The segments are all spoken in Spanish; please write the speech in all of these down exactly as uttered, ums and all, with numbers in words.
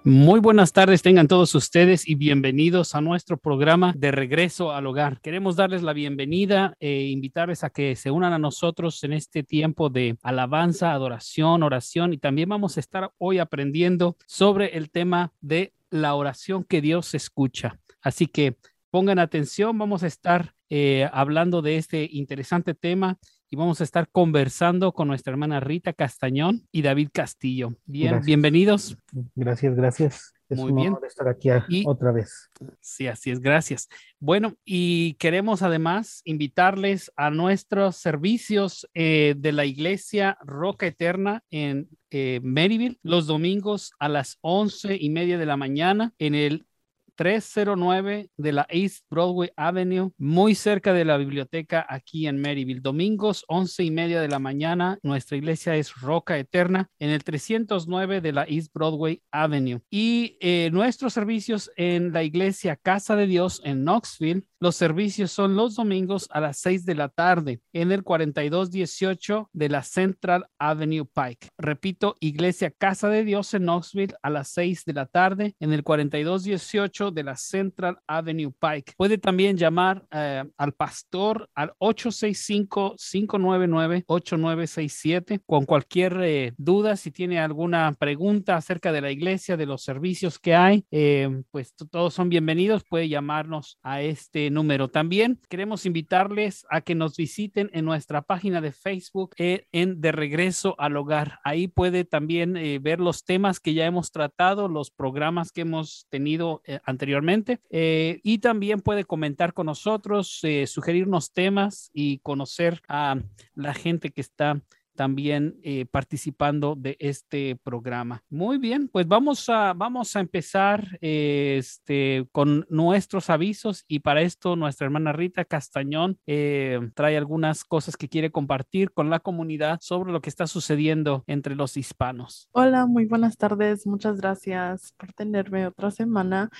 Muy buenas tardes tengan todos ustedes y bienvenidos a nuestro programa de Regreso al Hogar. Queremos darles la bienvenida e invitarles a que se unan a nosotros en este tiempo de alabanza, adoración, oración, y también vamos a estar hoy aprendiendo sobre el tema de la oración que Dios escucha. Así que pongan atención, vamos a estar eh, hablando de este interesante tema y vamos a estar conversando con nuestra hermana Rita Castañón y David Castillo. Bien, Gracias, bienvenidos. gracias, gracias. Es Muy un bien. honor estar aquí a- Y otra vez. sí, así es, gracias. Bueno, y queremos además invitarles a nuestros servicios eh, de la Iglesia Roca Eterna en eh, Maryville, los domingos a las once y media de la mañana en el trescientos nueve de la East Broadway Avenue, muy cerca de la biblioteca aquí en Maryville. Domingos, once y media de la mañana. Nuestra iglesia es Roca Eterna en el trescientos nueve de la East Broadway Avenue. Y eh, nuestros servicios en la iglesia Casa de Dios en Knoxville, los servicios son los domingos a las seis de la tarde en el cuarenta y dos dieciocho de la Central Avenue Pike. Repito, iglesia Casa de Dios en Knoxville a las seis de la tarde en el cuarenta y dos dieciocho de la Central Avenue Pike. Puede también llamar eh, al pastor al ocho seis cinco, cinco nueve nueve, ocho nueve seis siete con cualquier eh, duda. Si tiene alguna pregunta acerca de la iglesia, de los servicios que hay, eh, pues todos son bienvenidos. Puede llamarnos a este número. También queremos invitarles a que nos visiten en nuestra página de Facebook eh, en De Regreso al Hogar. Ahí puede también eh, ver los temas que ya hemos tratado, los programas que hemos tenido eh, anteriormente, eh, y también puede comentar con nosotros, eh, sugerirnos temas y conocer a la gente que está también eh, participando de este programa. Muy bien, pues vamos a, vamos a empezar eh, este, con nuestros avisos, y para esto nuestra hermana Rita Castañón eh, trae algunas cosas que quiere compartir con la comunidad sobre lo que está sucediendo entre los hispanos. Hola, muy buenas tardes. Muchas gracias por tenerme otra semana.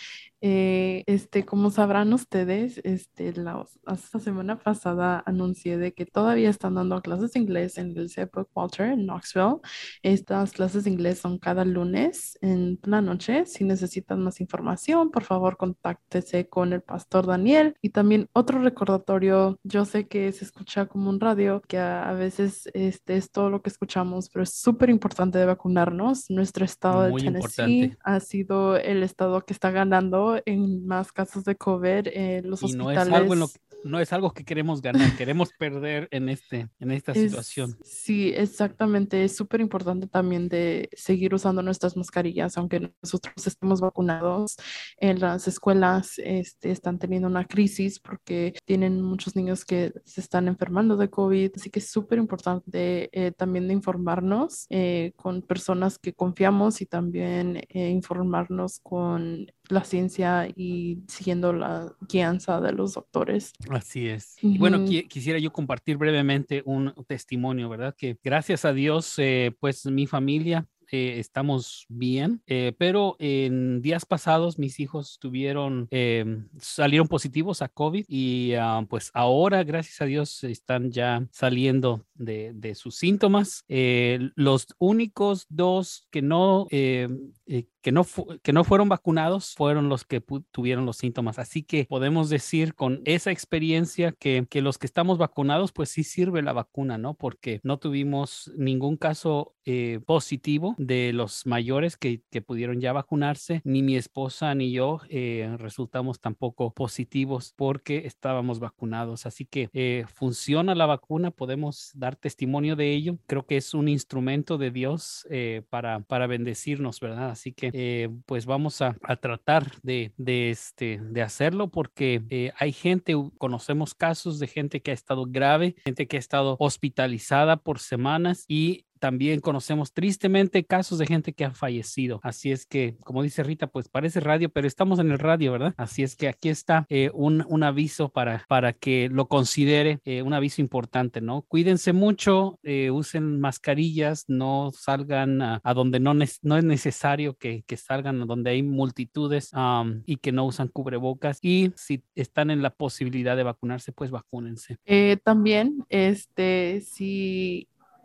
Eh, este, como sabrán ustedes, este, la, esta semana pasada anuncié de que todavía están dando clases de inglés en el C. Walter en Knoxville. Estas clases de inglés son cada lunes en la noche. Si necesitan más información, por favor, contáctese con el pastor Daniel. Y también otro recordatorio, yo sé que se escucha como un radio, que a, a veces este, es todo lo que escuchamos, pero es súper importante de vacunarnos. Nuestro estado de Muy importante. Tennessee ha sido el estado que está ganando en más casos de COVID. Eh, los Y no es algo en lo hospitales que, no es algo que queremos ganar, queremos perder en este, en esta es, situación. sí, exactamente. Es súper importante también de seguir usando nuestras mascarillas, aunque nosotros estemos vacunados. En las escuelas este, están teniendo una crisis porque tienen muchos niños que se están enfermando de COVID, así que es súper importante eh, también de informarnos eh, con personas que confiamos y también eh, informarnos con la ciencia y siguiendo la guianza de los doctores. Así es. Y bueno, Ujú. qui- quisiera yo compartir brevemente un testimonio, ¿verdad? Que gracias a Dios, eh, pues mi familia eh, estamos bien, eh, pero en días pasados mis hijos tuvieron, eh, salieron positivos a COVID, y ah, pues ahora, gracias a Dios, están ya saliendo de, de sus síntomas. Eh, los únicos dos que no, eh, eh, que no, fu- que no fueron vacunados fueron los que pu- tuvieron los síntomas. Así que podemos decir con esa experiencia que, que los que estamos vacunados, pues sí sirve la vacuna, ¿no? Porque no tuvimos ningún caso eh, positivo de los mayores que, que pudieron ya vacunarse, ni mi esposa ni yo eh, resultamos tampoco positivos porque estábamos vacunados. Así que eh, funciona la vacuna, podemos dar testimonio de ello. Creo que es un instrumento de Dios eh, para, para bendecirnos, ¿verdad? Así que eh, pues vamos a, a tratar de, de, este, de hacerlo, porque eh, hay gente, conocemos casos de gente que ha estado grave, gente que ha estado hospitalizada por semanas, y también conocemos tristemente casos de gente que ha fallecido. Así es que, como dice Rita, pues parece radio, pero estamos en el radio, ¿verdad? Así es que aquí está eh, un, un aviso para, para que lo considere, eh, un aviso importante, ¿no? Cuídense mucho, eh, usen mascarillas, no salgan a, a donde no, no es necesario que, que salgan, a donde hay multitudes, um, y que no usan cubrebocas. Y si están en la posibilidad de vacunarse, pues vacúnense. Eh, también, este, si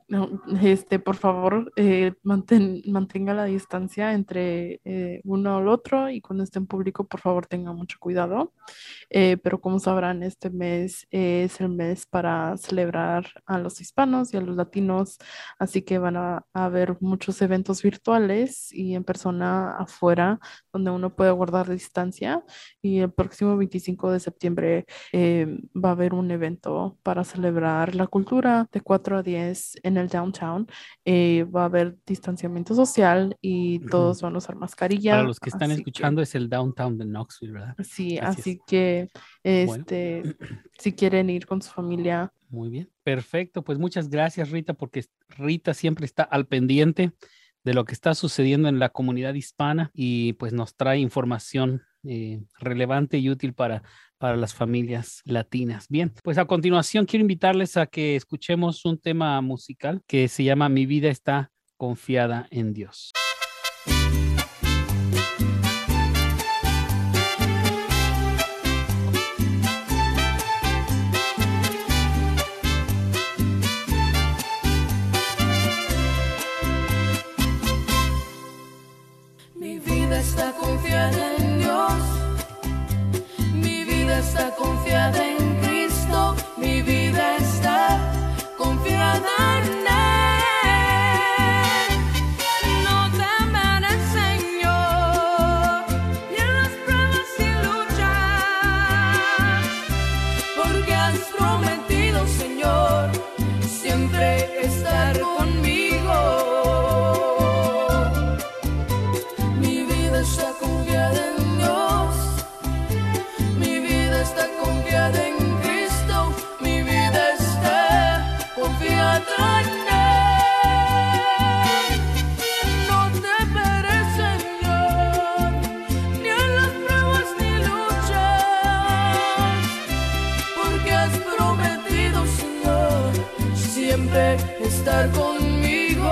No, este, por favor, eh, mantén- mantenga la distancia entre eh, uno al otro y cuando esté en público, por favor, tenga mucho cuidado. Eh, pero como sabrán, este mes es el mes para celebrar a los hispanos y a los latinos, así que van a, a haber muchos eventos virtuales y en persona afuera donde uno puede guardar distancia. Y el próximo veinticinco de septiembre eh, va a haber un evento para celebrar la cultura de cuatro a diez en el downtown. Eh, va a haber distanciamiento social y Ujú. todos van a usar Para mascarilla. los que están Así escuchando, que, es el downtown de Knoxville, ¿verdad? sí, Así así es. que Bueno, este, si quieren ir con su familia, muy bien. Perfecto. Pues muchas gracias, Rita, porque Rita siempre está al pendiente de lo que está sucediendo en la comunidad hispana y pues nos trae información eh, relevante y útil para, para las familias latinas. Bien, pues a continuación quiero invitarles a que escuchemos un tema musical que se llama Mi vida está confiada en Dios. Mi vida está confiada en Dios, mi vida está confiada en Cristo, mi vida está confiada en Él. No temeré, Señor, ni en las pruebas y luchas, porque has prometido, Señor, siempre estar conmigo. Está confiada en Dios, mi vida está confiada en Cristo, mi vida está confiada en Él. No temeré, Señor, ni en las pruebas ni luchas, porque has prometido, Señor, siempre estar conmigo.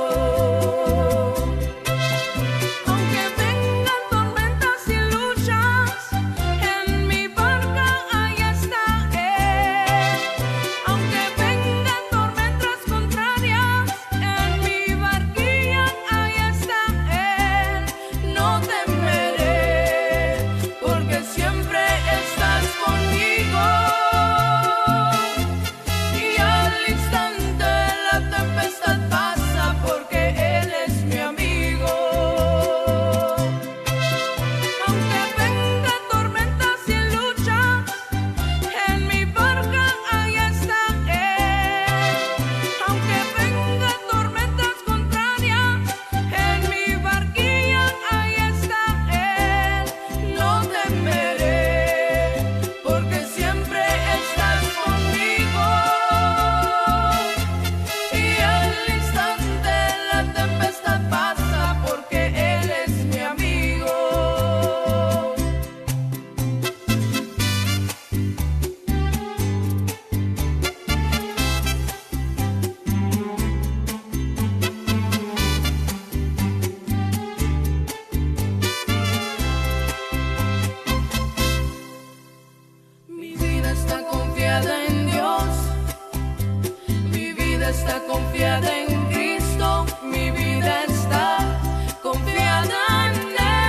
Está confiada en Cristo, mi vida está confiada en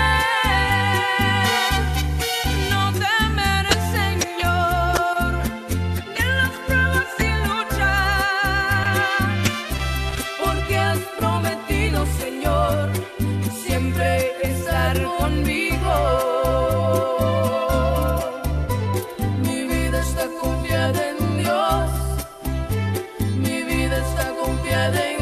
Él. No temeré, Señor, ni en las pruebas y luchas, porque has prometido, Señor, siempre estar conmigo. Mi vida está confiada en Dios, está confiada en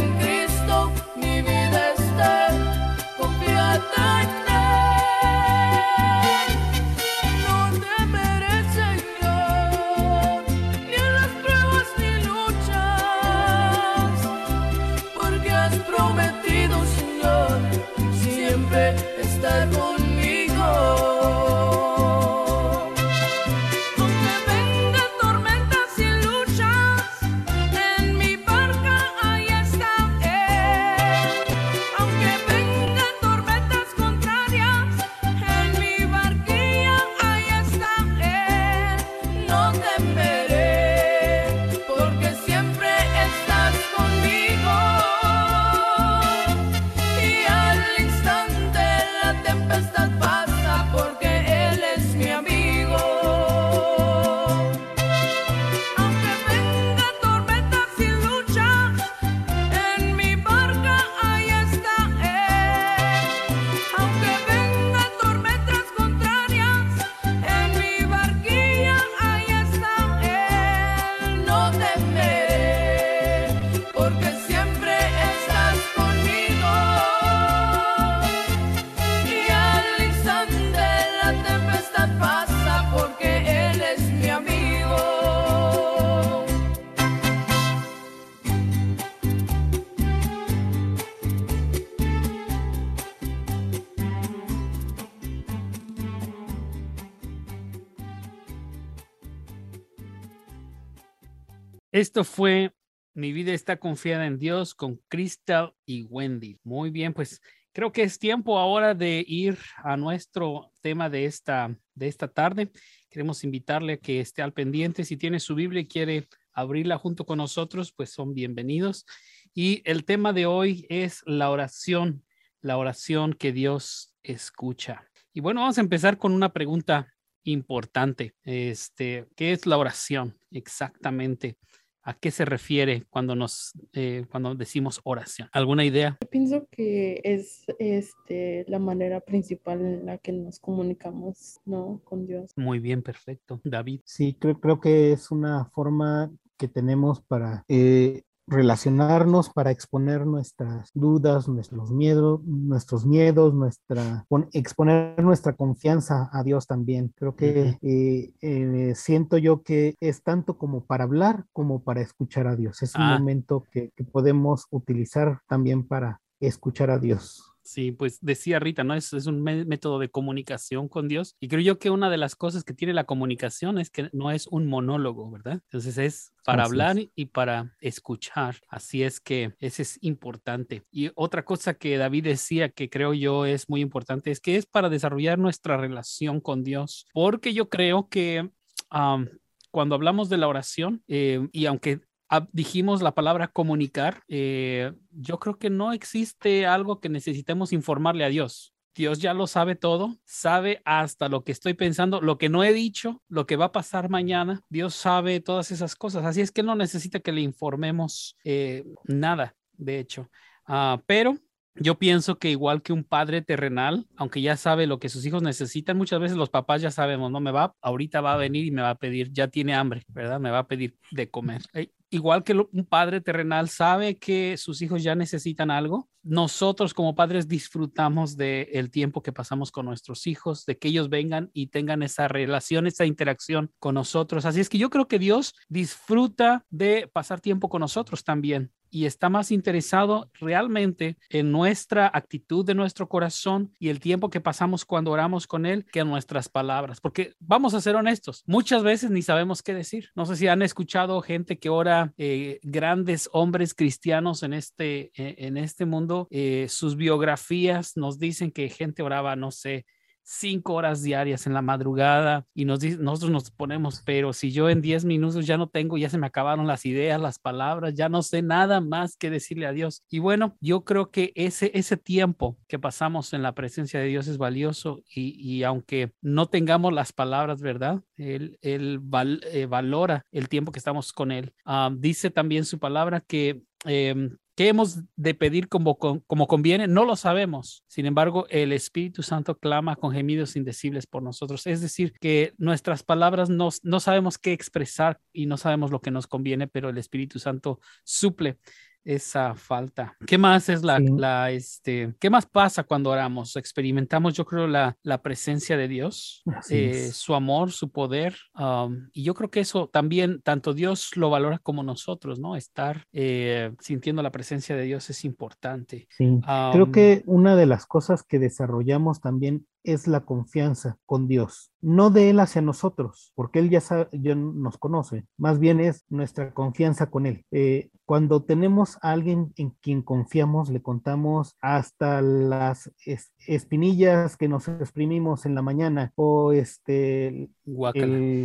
Esto fue Mi vida está confiada en Dios con Crystal y Wendy. Muy bien, pues creo que es tiempo ahora de ir a nuestro tema de esta, de esta tarde. Queremos invitarle a que esté al pendiente. Si tiene su Biblia y quiere abrirla junto con nosotros, pues son bienvenidos. Y el tema de hoy es la oración, la oración que Dios escucha. Y bueno, vamos a empezar con una pregunta importante. Este, ¿qué es la oración exactamente? ¿A qué se refiere cuando nos eh, cuando decimos oración? ¿Alguna idea? Yo pienso que es este, la manera principal en la que nos comunicamos, ¿no? Con Dios. Muy bien, perfecto. David. Sí, creo, creo que es una forma que tenemos para eh, relacionarnos, para exponer nuestras dudas, nuestros miedos, nuestros miedos, nuestra, pon- exponer nuestra confianza a Dios también. Creo que Ujú. eh, eh, siento yo que es tanto como para hablar como para escuchar a Dios. Es un Ah, momento que, que podemos utilizar también para escuchar a Dios. sí, pues decía Rita, ¿no? Es, es un mé- método de comunicación con Dios. Y creo yo que una de las cosas que tiene la comunicación es que no es un monólogo, ¿verdad? Entonces es para Así hablar es. y para escuchar. Así es que ese es importante. Y otra cosa que David decía que creo yo es muy importante es que es para desarrollar nuestra relación con Dios. Porque yo creo que am, cuando hablamos de la oración, eh, y aunque ah, dijimos la palabra comunicar, eh, yo creo que no existe algo que necesitemos informarle a Dios. Dios ya lo sabe todo, sabe hasta lo que estoy pensando, lo que no he dicho, lo que va a pasar mañana. Dios sabe todas esas cosas. Así es que Él no necesita que le informemos eh, nada, de hecho. Ah, pero yo pienso que igual que un padre terrenal, aunque ya sabe lo que sus hijos necesitan, muchas veces los papás ya sabemos, no me va, ahorita va a venir y me va a pedir, ya tiene hambre, ¿verdad? Me va a pedir de comer. Eh, igual que lo- un padre terrenal sabe que sus hijos ya necesitan algo, nosotros como padres disfrutamos del tiempo que pasamos con nuestros hijos, de que ellos vengan y tengan esa relación, esa interacción con nosotros. Así es que yo creo que Dios disfruta de pasar tiempo con nosotros también y está más interesado realmente en nuestra actitud de nuestro corazón y el tiempo que pasamos cuando oramos con Él que en nuestras palabras. Porque vamos a ser honestos, muchas veces ni sabemos qué decir. No sé si han escuchado gente que ora, eh, grandes hombres cristianos en este, eh, en este mundo, eh, sus biografías nos dicen que gente oraba, no sé, cinco horas diarias en la madrugada y nos dice, nosotros nos ponemos, pero si yo en diez minutos ya no tengo, ya se me acabaron las ideas, las palabras, ya no sé nada más que decirle a Dios. Y bueno, yo creo que ese, ese tiempo que pasamos en la presencia de Dios es valioso y, y aunque no tengamos las palabras, ¿verdad? Él, él val, eh, valora el tiempo que estamos con Él. Um, dice también su palabra que eh, ¿qué hemos de pedir como, como conviene? No lo sabemos. Sin embargo, el Espíritu Santo clama con gemidos indecibles por nosotros. Es decir, que nuestras palabras no, no sabemos qué expresar y no sabemos lo que nos conviene, pero el Espíritu Santo suple esa falta. ¿Qué más es la, Sí, la este, qué más pasa cuando oramos? Experimentamos, yo creo, la, la presencia de Dios, así eh, es. su amor, su poder, um, y yo creo que eso también, tanto Dios lo valora como nosotros, ¿no? Estar eh, sintiendo la presencia de Dios es importante. Sí, creo Um, que una de las cosas que desarrollamos también es la confianza con Dios, no de Él hacia nosotros, porque Él ya, sabe, ya nos conoce, más bien es nuestra confianza con Él. Eh, cuando tenemos a alguien en quien confiamos, le contamos hasta las es- espinillas que nos exprimimos en la mañana o este, guácala. el,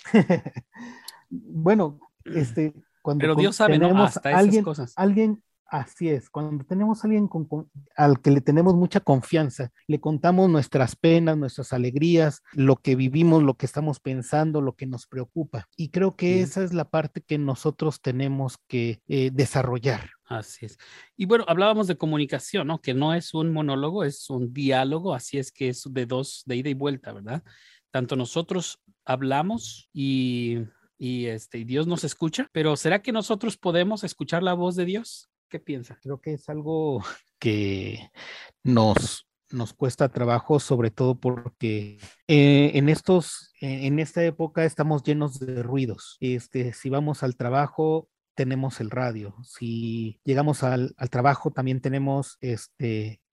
bueno, este, cuando Pero Dios con- sabe, ¿no? tenemos a Hasta esas alguien, cosas. alguien, así es, cuando tenemos a alguien con, con- al que le tenemos mucha confianza, le contamos nuestras penas, nuestras alegrías, lo que vivimos, lo que estamos pensando, lo que nos preocupa. Y creo que Sí. esa es la parte que nosotros tenemos que eh, desarrollar. Así es. Y bueno, hablábamos de comunicación, ¿no? Que no es un monólogo, es un diálogo, así es que es de dos, de ida y vuelta, ¿verdad? Tanto nosotros hablamos y, y este, y Dios nos escucha, pero ¿será que nosotros podemos escuchar la voz de Dios? ¿Qué piensa? Creo que es algo que nos, nos cuesta trabajo, sobre todo porque eh, en estos, eh, en esta época estamos llenos de ruidos. Este, si vamos al trabajo, tenemos el radio. Si llegamos al, al trabajo, también tenemos este,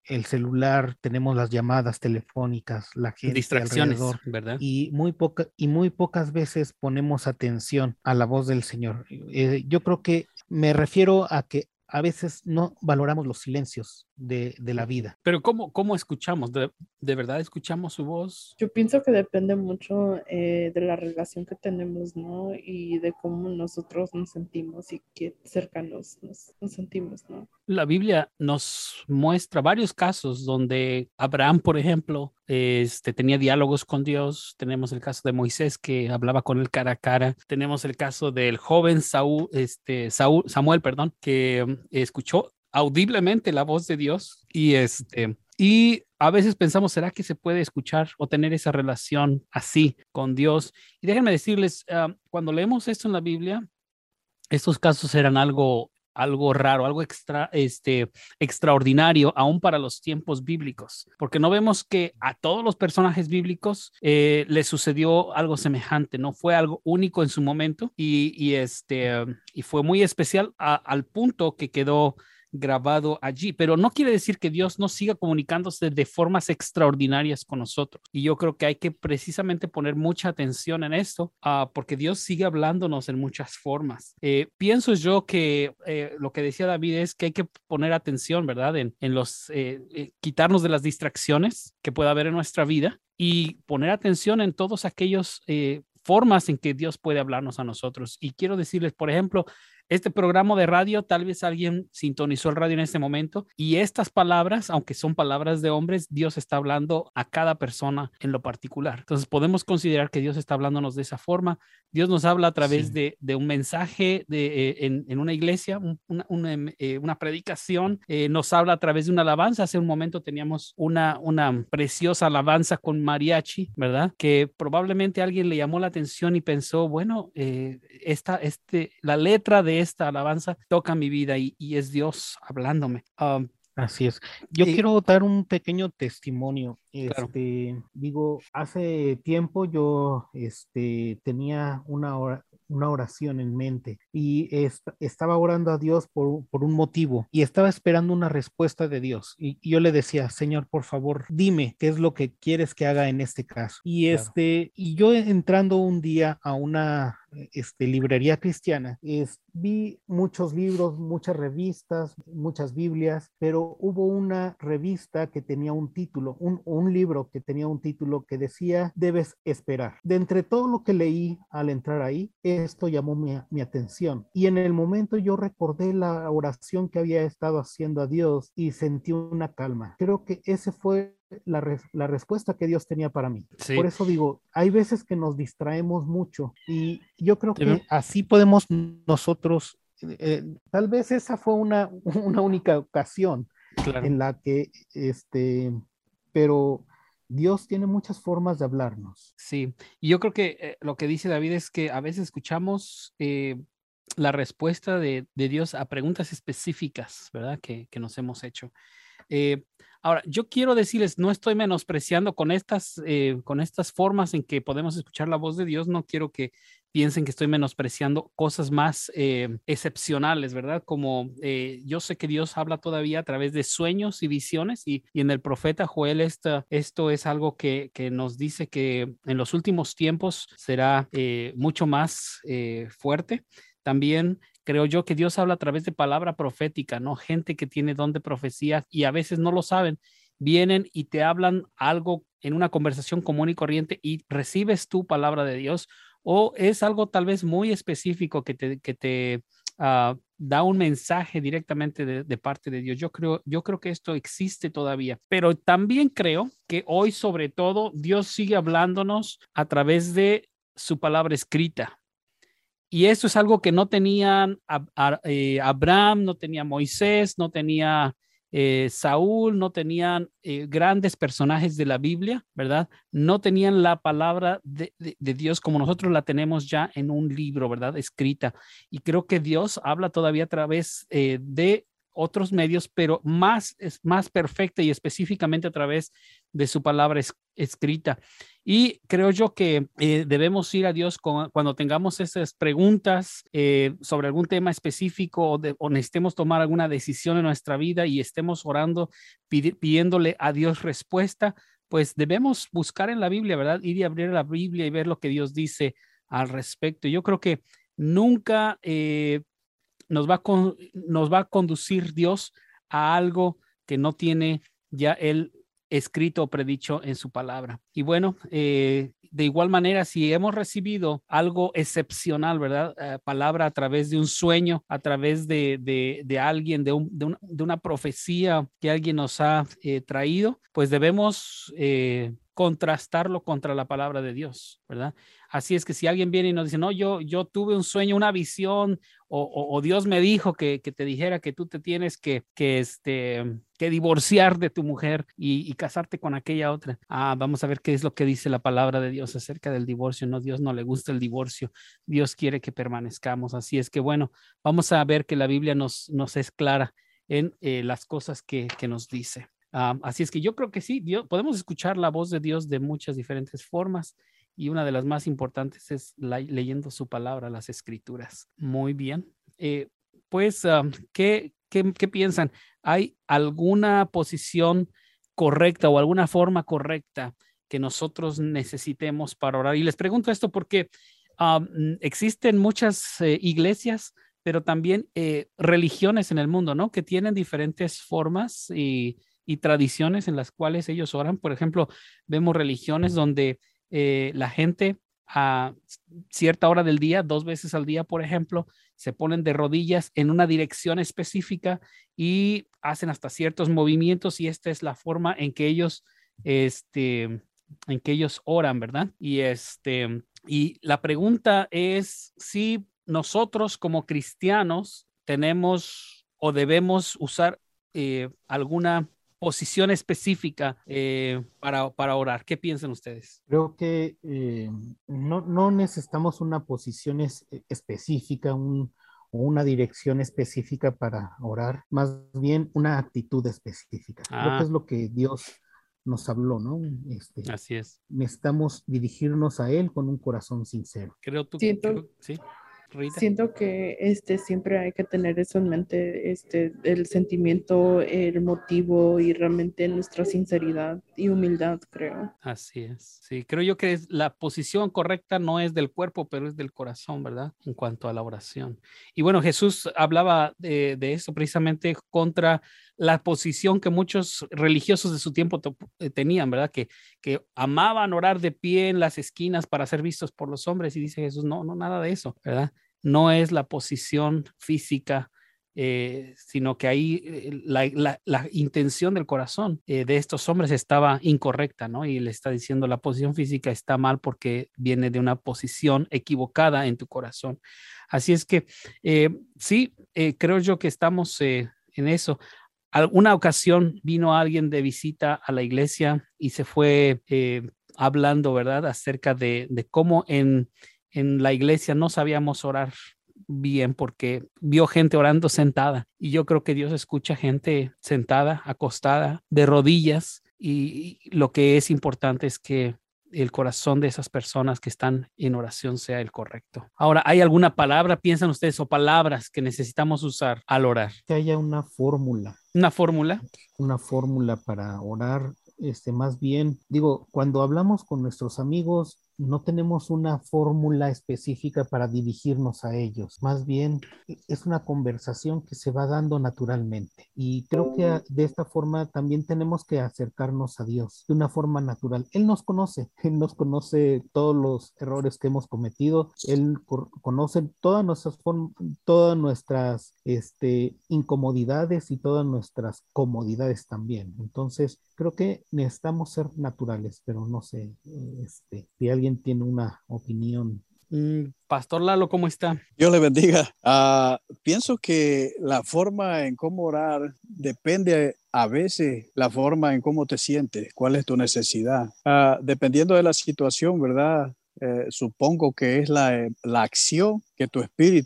el celular, tenemos las llamadas telefónicas, la gente Distracciones, alrededor, ¿verdad? y muy poca, y muy pocas veces ponemos atención a la voz del Señor. Eh, yo creo que me refiero a que a veces no valoramos los silencios de, de la vida. Pero ¿cómo, cómo escuchamos? ¿De, de verdad escuchamos su voz? Yo pienso que depende mucho eh, de la relación que tenemos, ¿no? Y de cómo nosotros nos sentimos y qué cercanos nos, nos sentimos, ¿no? La Biblia nos muestra varios casos donde Abraham, por ejemplo, este, tenía diálogos con Dios. Tenemos el caso de Moisés que hablaba con él cara a cara. Tenemos el caso del joven Saúl, este, Saúl, Samuel, perdón, que um, escuchó audiblemente la voz de Dios y este y a veces pensamos, ¿será que se puede escuchar o tener esa relación así con Dios? Y déjenme decirles, uh, cuando leemos esto en la Biblia, estos casos eran algo algo raro, algo extra, este, extraordinario, aún para los tiempos bíblicos, porque no vemos que a todos los personajes bíblicos eh, les sucedió algo semejante, no fue algo único en su momento y, y, este, y fue muy especial a, al punto que quedó grabado allí, pero no quiere decir que Dios no siga comunicándose de formas extraordinarias con nosotros. Y yo creo que hay que precisamente poner mucha atención en esto, uh, porque Dios sigue hablándonos en muchas formas. Eh, pienso yo que eh, lo que decía David es que hay que poner atención, ¿verdad? En, en los, eh, eh, quitarnos de las distracciones que pueda haber en nuestra vida y poner atención en todos aquellos eh, formas en que Dios puede hablarnos a nosotros. Y quiero decirles, por ejemplo, este programa de radio, tal vez alguien sintonizó el radio en este momento y estas palabras, aunque son palabras de hombres, Dios está hablando a cada persona en lo particular. Entonces podemos considerar que Dios está hablándonos de esa forma. Dios nos habla a través sí. de, de un mensaje de, eh, en, en una iglesia, un, una, una, eh, una predicación, eh, nos habla a través de una alabanza. Hace un momento teníamos una, una preciosa alabanza con mariachi, ¿verdad? Que probablemente alguien le llamó la atención y pensó, bueno, eh, esta, este, la letra de esta alabanza toca mi vida y, y es Dios hablándome. Um, Así es. Yo y, quiero dar un pequeño testimonio. Claro. Este, digo, hace tiempo yo este, tenía una, hora, una oración en mente y est estaba orando a Dios por, por un motivo y estaba esperando una respuesta de Dios. Y, y yo le decía, Señor, por favor, dime qué es lo que quieres que haga en este caso. Y, claro. este, y yo entrando un día a una este, librería cristiana, es, vi muchos libros, muchas revistas, muchas Biblias, pero hubo una revista que tenía un título, un, un libro que tenía un título que decía, debes esperar. De entre todo lo que leí al entrar ahí, esto llamó mi, mi atención. Y en el momento yo recordé la oración que había estado haciendo a Dios y sentí una calma. Creo que ese fue La, res la respuesta que Dios tenía para mí. Sí. Por eso digo, hay veces que nos distraemos mucho y yo creo que ¿Sí? así podemos nosotros, eh, tal vez esa fue una, una única ocasión claro. en la que, este, pero Dios tiene muchas formas de hablarnos. Sí, y yo creo que eh, lo que dice David es que a veces escuchamos eh, la respuesta de, de Dios a preguntas específicas, ¿verdad? Que, que nos hemos hecho. Eh, ahora, yo quiero decirles, no estoy menospreciando con estas, eh, con estas formas en que podemos escuchar la voz de Dios, no quiero que piensen que estoy menospreciando cosas más eh, excepcionales, ¿verdad? Como eh, yo sé que Dios habla todavía a través de sueños y visiones y, y en el profeta Joel esta, esto es algo que, que nos dice que en los últimos tiempos será eh, mucho más eh, fuerte. También creo yo que Dios habla a través de palabra profética, ¿no? Gente que tiene don de profecía y a veces no lo saben, vienen y te hablan algo en una conversación común y corriente y recibes tu palabra de Dios o es algo tal vez muy específico que te, que te uh, da un mensaje directamente de, de parte de Dios. Yo creo, yo creo que esto existe todavía, pero también creo que hoy sobre todo Dios sigue hablándonos a través de su palabra escrita. Y eso es algo que no tenían a, a, eh, Abraham, no tenía Moisés, no tenía eh, Saúl, no tenían eh, grandes personajes de la Biblia, ¿verdad? No tenían la palabra de, de, de Dios como nosotros la tenemos ya en un libro, ¿verdad? Escrita. Y creo que Dios habla todavía a través eh, de otros medios, pero más, es más perfecta y específicamente a través de su palabra es, escrita. Y creo yo que eh, debemos ir a Dios con, cuando tengamos esas preguntas eh, sobre algún tema específico o, de, o necesitemos tomar alguna decisión en nuestra vida y estemos orando, pidi- pidiéndole a Dios respuesta, pues debemos buscar en la Biblia, ¿verdad? Ir y abrir la Biblia y ver lo que Dios dice al respecto. Yo creo que nunca eh, nos va a con, nos va a conducir Dios a algo que no tiene ya Él escrito o predicho en su palabra. Y bueno, eh, de igual manera, si hemos recibido algo excepcional, ¿verdad? Eh, palabra a través de un sueño, a través de, de, de alguien, de, un, de, un, de una profecía que alguien nos ha eh, traído, pues debemos eh, contrastarlo contra la palabra de Dios, ¿verdad? Así es que si alguien viene y nos dice, no, yo, yo tuve un sueño, una visión, o, o, o Dios me dijo que, que te dijera que tú te tienes que, que, este, que divorciar de tu mujer y, y casarte con aquella otra. Ah, vamos a ver qué es lo que dice la palabra de Dios acerca del divorcio. No, Dios no le gusta el divorcio. Dios quiere que permanezcamos. Así es que, bueno, vamos a ver que la Biblia nos, nos es clara en eh, las cosas que, que nos dice. Um, así es que yo creo que sí, Dios, podemos escuchar la voz de Dios de muchas diferentes formas. Y una de las más importantes es la, leyendo su palabra, las escrituras. Muy bien. Eh, pues, um, ¿qué, qué, ¿qué piensan? ¿Hay alguna posición correcta o alguna forma correcta que nosotros necesitemos para orar? Y les pregunto esto porque um, existen muchas eh, iglesias, pero también eh, religiones en el mundo, ¿no? Que tienen diferentes formas y, y tradiciones en las cuales ellos oran. Por ejemplo, vemos religiones donde Eh, la gente a cierta hora del día, dos veces al día, por ejemplo, se ponen de rodillas en una dirección específica y hacen hasta ciertos movimientos y esta es la forma en que ellos, este, en que ellos oran, ¿verdad? Y, este, y la pregunta es si nosotros como cristianos tenemos o debemos usar eh, alguna posición específica eh, para, para orar. ¿Qué piensan ustedes? Creo que eh, no, no necesitamos una posición es- específica, un, o una dirección específica para orar, más bien una actitud específica. Creo que Ah, es lo que Dios nos habló, ¿no? Este, así es. necesitamos dirigirnos a Él con un corazón sincero. Creo tú, Siento, creo, sí, Rita. siento que este, siempre hay que tener eso en mente, este, el sentimiento, el motivo y realmente nuestra sinceridad y humildad, creo. Así es. Sí, creo yo que es, la posición correcta no es del cuerpo, pero es del corazón, ¿verdad? En cuanto a la oración. Y bueno, Jesús hablaba de, de eso precisamente contra la posición que muchos religiosos de su tiempo to- eh, tenían, ¿verdad? Que, que amaban orar de pie en las esquinas para ser vistos por los hombres. Y dice Jesús, no, no, nada de eso, ¿verdad? No es la posición física, eh, sino que ahí eh, la, la, la intención del corazón eh, de estos hombres estaba incorrecta, ¿no? Y le está diciendo la posición física está mal porque viene de una posición equivocada en tu corazón. Así es que eh, sí, eh, creo yo que estamos eh, en eso. Alguna ocasión vino alguien de visita a la iglesia y se fue eh, hablando, ¿verdad? Acerca de, de cómo en, en la iglesia no sabíamos orar bien porque vio gente orando sentada y yo creo que Dios escucha gente sentada, acostada, de rodillas y, y lo que es importante es que el corazón de esas personas que están en oración sea el correcto. Ahora, ¿hay alguna palabra, piensan ustedes, o palabras que necesitamos usar al orar? Que haya una fórmula, ¿Una fórmula? una fórmula para orar, este, más bien, digo, cuando hablamos con nuestros amigos, no tenemos una fórmula específica para dirigirnos a ellos, más bien es una conversación que se va dando naturalmente. Y creo que de esta forma también tenemos que acercarnos a Dios de una forma natural. Él nos conoce, Él nos conoce todos los errores que hemos cometido, Él co- conoce todas nuestras, form- todas nuestras este, incomodidades y todas nuestras comodidades también. Entonces, creo que necesitamos ser naturales, pero no sé, este, si alguien tiene una opinión. Mm, Pastor Lalo, ¿cómo está? Dios le bendiga. Ah, pienso que la forma en cómo orar depende a veces la forma en cómo te sientes, cuál es tu necesidad. Ah, dependiendo de la situación, ¿verdad? Eh, supongo que es la, la acción que tu espíritu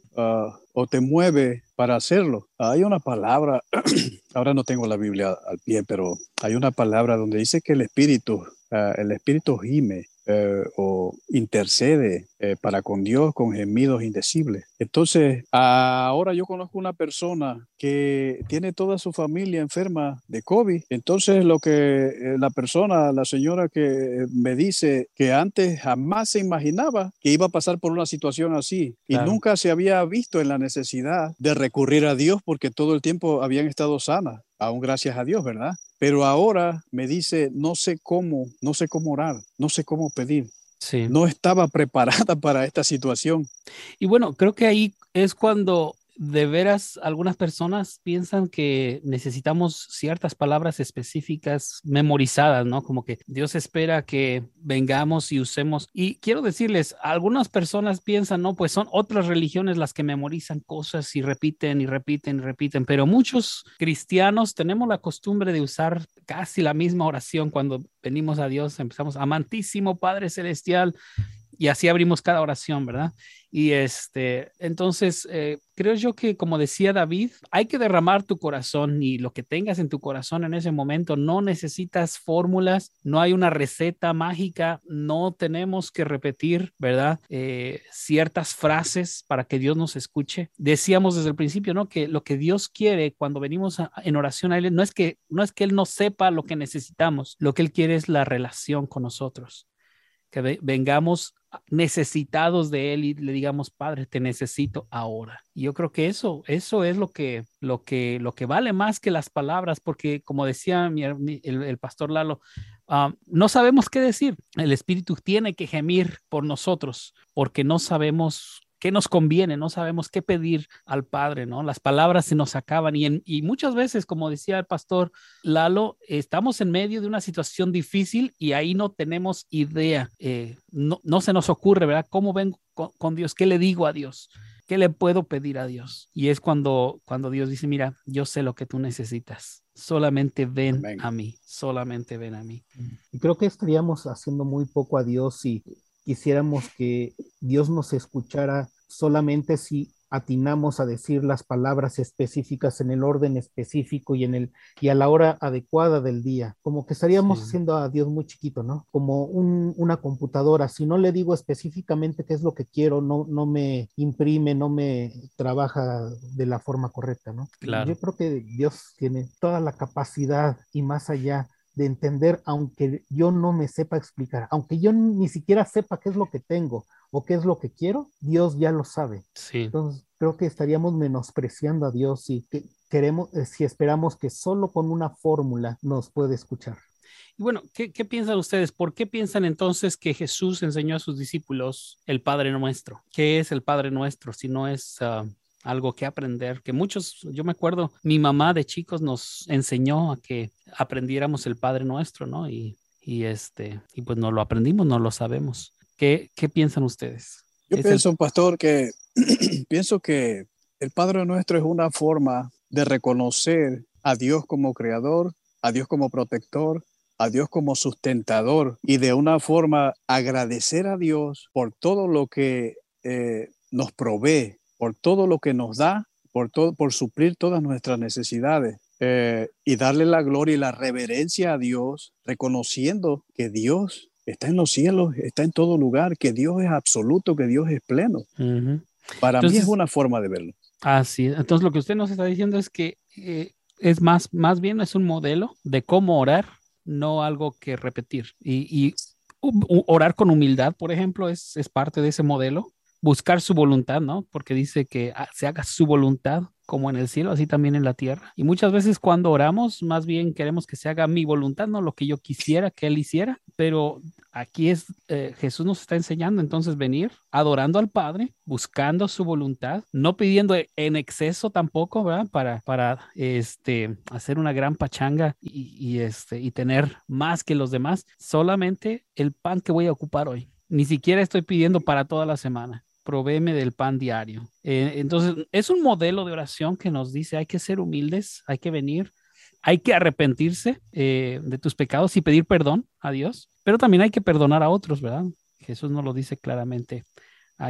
uh, o te mueve para hacerlo. Hay una palabra, ahora no tengo la Biblia al pie, pero hay una palabra donde dice que el Espíritu, uh, el Espíritu gime eh, o intercede eh, para con Dios con gemidos indecibles. Entonces, ahora yo conozco una persona que tiene toda su familia enferma de COVID. Entonces, lo que eh, la persona, la señora que me dice que antes jamás se imaginaba que iba a pasar por una situación así y Claro. nunca se había visto en la necesidad de recurrir a Dios porque todo el tiempo habían estado sanas, aún gracias a Dios, ¿verdad? Pero ahora me dice, no sé cómo, no sé cómo orar, no sé cómo pedir. Sí. No estaba preparada para esta situación. Y bueno, creo que ahí es cuando de veras algunas personas piensan que necesitamos ciertas palabras específicas memorizadas, ¿no? Como que Dios espera que vengamos y usemos. Y quiero decirles, algunas personas piensan, no, pues son otras religiones las que memorizan cosas y repiten y repiten y repiten, pero muchos cristianos tenemos la costumbre de usar casi la misma oración cuando venimos a Dios, empezamos, amantísimo Padre Celestial, y así abrimos cada oración, ¿verdad? Y este, entonces, eh, creo yo que, como decía David, hay que derramar tu corazón y lo que tengas en tu corazón en ese momento. No necesitas fórmulas, no hay una receta mágica, no tenemos que repetir, ¿verdad? Eh, ciertas frases para que Dios nos escuche. Decíamos desde el principio, ¿no? Que lo que Dios quiere cuando venimos a, en oración a Él no es que, no es que Él no sepa lo que necesitamos, lo que Él quiere es la relación con nosotros. Que ve, vengamos necesitados de Él y le digamos, Padre, te necesito ahora. Y yo creo que eso, eso es lo que, lo que, lo que vale más que las palabras, porque como decía mi, el, el pastor Lalo, um, no sabemos qué decir. El Espíritu tiene que gemir por nosotros, porque no sabemos qué nos conviene, no sabemos qué pedir al Padre, ¿no? Las palabras se nos acaban y, en, y muchas veces, como decía el pastor Lalo, estamos en medio de una situación difícil y ahí no tenemos idea, eh, no, no se nos ocurre, ¿verdad? ¿Cómo vengo con, con Dios? ¿Qué le digo a Dios? ¿Qué le puedo pedir a Dios? Y es cuando, cuando Dios dice, mira, yo sé lo que tú necesitas, solamente ven Amén. a mí, solamente ven a mí. Y creo que estaríamos haciendo muy poco a Dios si quisiéramos que Dios nos escuchara solamente si atinamos a decir las palabras específicas en el orden específico y en el y a la hora adecuada del día. Como que estaríamos Sí. haciendo a Dios muy chiquito, ¿no? Como un, una computadora. Si no le digo específicamente qué es lo que quiero, no, no me imprime, no me trabaja de la forma correcta, ¿no? Claro. Yo creo que Dios tiene toda la capacidad y más allá de entender, aunque yo no me sepa explicar, aunque yo ni siquiera sepa qué es lo que tengo o qué es lo que quiero, Dios ya lo sabe. Sí. Entonces, creo que estaríamos menospreciando a Dios si que queremos, eh, si esperamos que solo con una fórmula nos puede escuchar. Y bueno, ¿qué, ¿qué piensan ustedes? ¿Por qué piensan entonces que Jesús enseñó a sus discípulos el Padre Nuestro? ¿Qué es el Padre Nuestro si no es uh, algo que aprender? Que muchos, yo me acuerdo, mi mamá de chicos nos enseñó a que aprendiéramos el Padre Nuestro, ¿no? Y, y, este, y pues no lo aprendimos, no lo sabemos. ¿Qué, qué piensan ustedes? Yo ¿Es pienso, el... pastor, que pienso que el Padre Nuestro es una forma de reconocer a Dios como creador, a Dios como protector, a Dios como sustentador y de una forma agradecer a Dios por todo lo que eh, nos provee, por todo lo que nos da, por, todo, por suplir todas nuestras necesidades. Eh, y darle la gloria y la reverencia a Dios, reconociendo que Dios está en los cielos, está en todo lugar, que Dios es absoluto, que Dios es pleno. Uh-huh. Para Entonces, mí es una forma de verlo. Así, entonces lo que usted nos está diciendo es que eh, es más, más bien es un modelo de cómo orar, no algo que repetir. Y, y uh, orar con humildad, por ejemplo, es, es parte de ese modelo. Buscar su voluntad, ¿no? Porque dice que ah, se haga su voluntad como en el cielo, así también en la tierra. Y muchas veces cuando oramos, más bien queremos que se haga mi voluntad, no lo que yo quisiera que Él hiciera, pero aquí es, eh, Jesús nos está enseñando entonces venir adorando al Padre, buscando su voluntad, no pidiendo en exceso tampoco, ¿verdad? Para, para este, hacer una gran pachanga y, y, este, y tener más que los demás, solamente el pan que voy a ocupar hoy. Ni siquiera estoy pidiendo para toda la semana. Provéeme del pan diario. Eh, entonces, es un modelo de oración que nos dice, hay que ser humildes, hay que venir, hay que arrepentirse eh, de tus pecados y pedir perdón a Dios, pero también hay que perdonar a otros, ¿verdad? Jesús nos lo dice claramente allí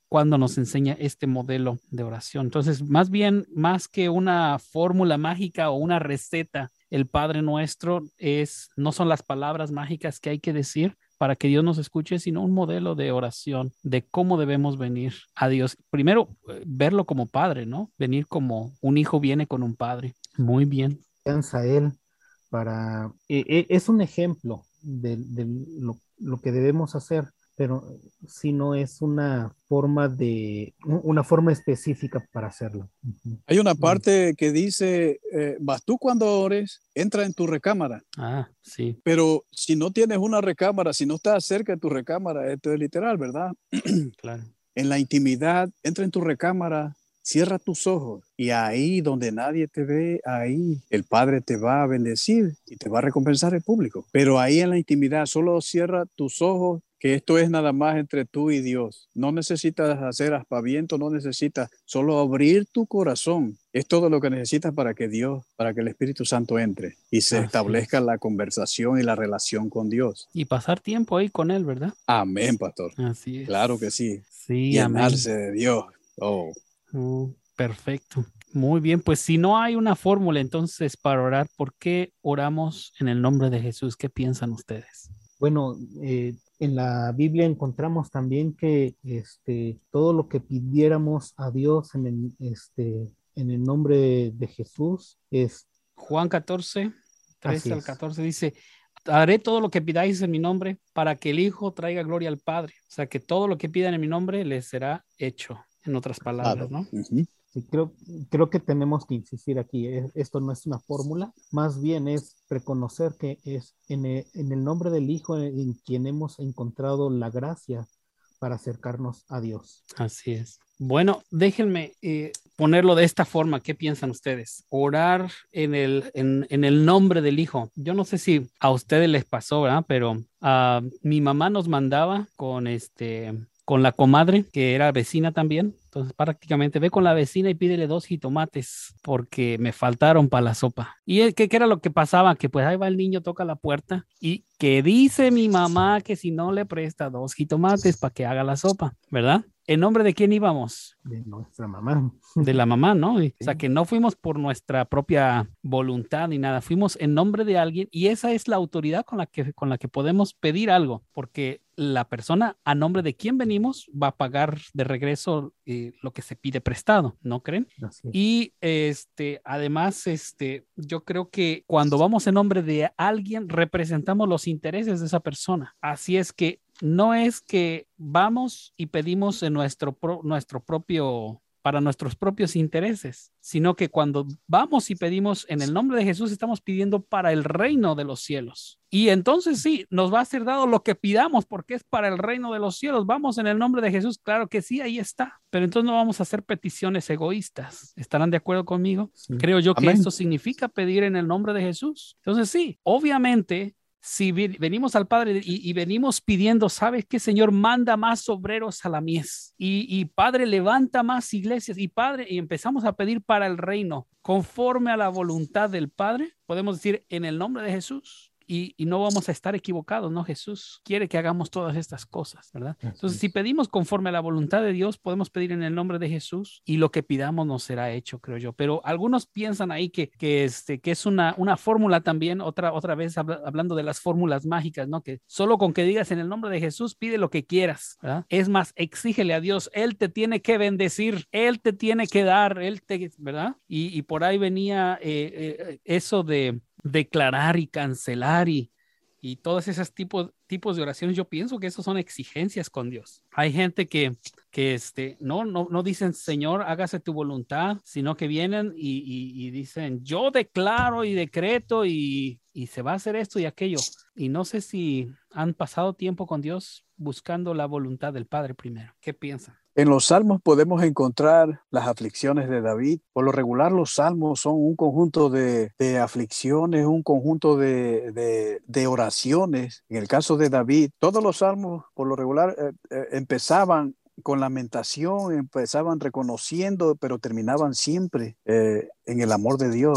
cuando nos enseña este modelo de oración. Entonces, más bien, más que una fórmula mágica o una receta, el Padre Nuestro es, no son las palabras mágicas que hay que decir para que Dios nos escuche, sino un modelo de oración, de cómo debemos venir a Dios. Primero, eh, verlo como padre, ¿no? Venir como un hijo viene con un padre. Muy bien. Confianza a Él para... e- e- es un ejemplo de, de lo, lo que debemos hacer, pero si no es una forma de, u- una forma específica para hacerlo. Ujú. Hay una Mm. parte que dice, eh, mas tú cuando ores, entra en tu recámara. Ah, sí, Pero si no tienes una recámara, si no estás cerca de tu recámara, esto es literal, ¿verdad? claro. En la intimidad, entra en tu recámara, cierra tus ojos y ahí donde nadie te ve, ahí el Padre te va a bendecir y te va a recompensar el público. Pero ahí en la intimidad, solo cierra tus ojos, que esto es nada más entre tú y Dios. No necesitas hacer aspaviento, no necesitas, solo abrir tu corazón. Es todo lo que necesitas para que Dios, para que el Espíritu Santo entre y se Así establezca es. la conversación y la relación con Dios. Y pasar tiempo ahí con Él, ¿verdad? Amén, pastor. Así es. Claro que sí. Sí, amén. Llenarse de Dios. Oh. Oh, perfecto. Muy bien, pues si no hay una fórmula entonces para orar, ¿por qué oramos en el nombre de Jesús? ¿Qué piensan ustedes? Bueno, eh, en la Biblia encontramos también que este, todo lo que pidiéramos a Dios en el, este, en el nombre de, de Jesús es Juan catorce, así trece al es. catorce dice, haré todo lo que pidáis en mi nombre para que el Hijo traiga gloria al Padre. O sea, que todo lo que pidan en mi nombre les será hecho, en otras palabras, Claro. ¿no? Ujú. Sí, creo, creo que tenemos que insistir aquí. eh, Esto no es una fórmula, más bien es reconocer que es en el, en el nombre del Hijo en, en quien hemos encontrado la gracia para acercarnos a Dios. Así es. Bueno, déjenme eh, ponerlo de esta forma. ¿Qué piensan ustedes? Orar en el, en, en el nombre del Hijo. Yo no sé si a ustedes les pasó, ¿verdad? Pero uh, mi mamá nos mandaba con este, con la comadre, que era vecina también. Entonces prácticamente ve con la vecina y pídele dos jitomates porque me faltaron para la sopa. ¿Y qué, qué era lo que pasaba? Que pues ahí va el niño, toca la puerta y que dice mi mamá que si no le presta dos jitomates para que haga la sopa, ¿verdad? ¿En nombre de quién íbamos? De nuestra mamá. De la mamá, ¿no? Y, o sea, que no fuimos por nuestra propia voluntad ni nada, fuimos en nombre de alguien y esa es la autoridad con la que, con la que podemos pedir algo, porque la persona a nombre de quien venimos va a pagar de regreso eh, lo que se pide prestado, ¿no creen? Así es. Y este, además, este, yo creo que cuando vamos en nombre de alguien, representamos los intereses de esa persona. Así es que no es que vamos y pedimos en nuestro, pro, nuestro propio, para nuestros propios intereses, sino que cuando vamos y pedimos en el nombre de Jesús, estamos pidiendo para el reino de los cielos. Y entonces sí, nos va a ser dado lo que pidamos porque es para el reino de los cielos. Vamos en el nombre de Jesús, claro que sí, ahí está. Pero entonces no vamos a hacer peticiones egoístas. ¿Estarán de acuerdo conmigo? Sí. Creo yo que Amén. esto significa pedir en el nombre de Jesús. Entonces sí, obviamente, si venimos al Padre y, y venimos pidiendo, ¿sabes qué, Señor? Manda más obreros a la mies. Y, y Padre, levanta más iglesias. Y Padre, y empezamos a pedir para el reino, conforme a la voluntad del Padre, podemos decir en el nombre de Jesús. Y, y no vamos a estar equivocados, ¿no? Jesús quiere que hagamos todas estas cosas, ¿verdad? Así Entonces, es. si pedimos conforme a la voluntad de Dios, podemos pedir en el nombre de Jesús y lo que pidamos nos será hecho, creo yo. Pero algunos piensan ahí que, que, este, que es una, una fórmula también, otra, otra vez habla, hablando de las fórmulas mágicas, ¿no? Que solo con que digas en el nombre de Jesús, pide lo que quieras, ¿verdad? Es más, exígele a Dios, Él te tiene que bendecir, Él te tiene que dar, Él te, ¿verdad? Y, y por ahí venía eh, eh, eso de declarar y cancelar y, y todos esos tipos, tipos de oraciones, yo pienso que esos son exigencias con Dios. Hay gente que, que este, no, no, no dicen, Señor, hágase tu voluntad, sino que vienen y, y, y dicen, yo declaro y decreto y, y se va a hacer esto y aquello. Y no sé si han pasado tiempo con Dios buscando la voluntad del Padre primero. ¿Qué piensan? En los salmos podemos encontrar las aflicciones de David. Por lo regular, los salmos son un conjunto de, de aflicciones, un conjunto de, de, de oraciones. En el caso de David, todos los salmos, por lo regular, eh, eh, empezaban con lamentación, empezaban reconociendo, pero terminaban siempre eh, en el amor de Dios.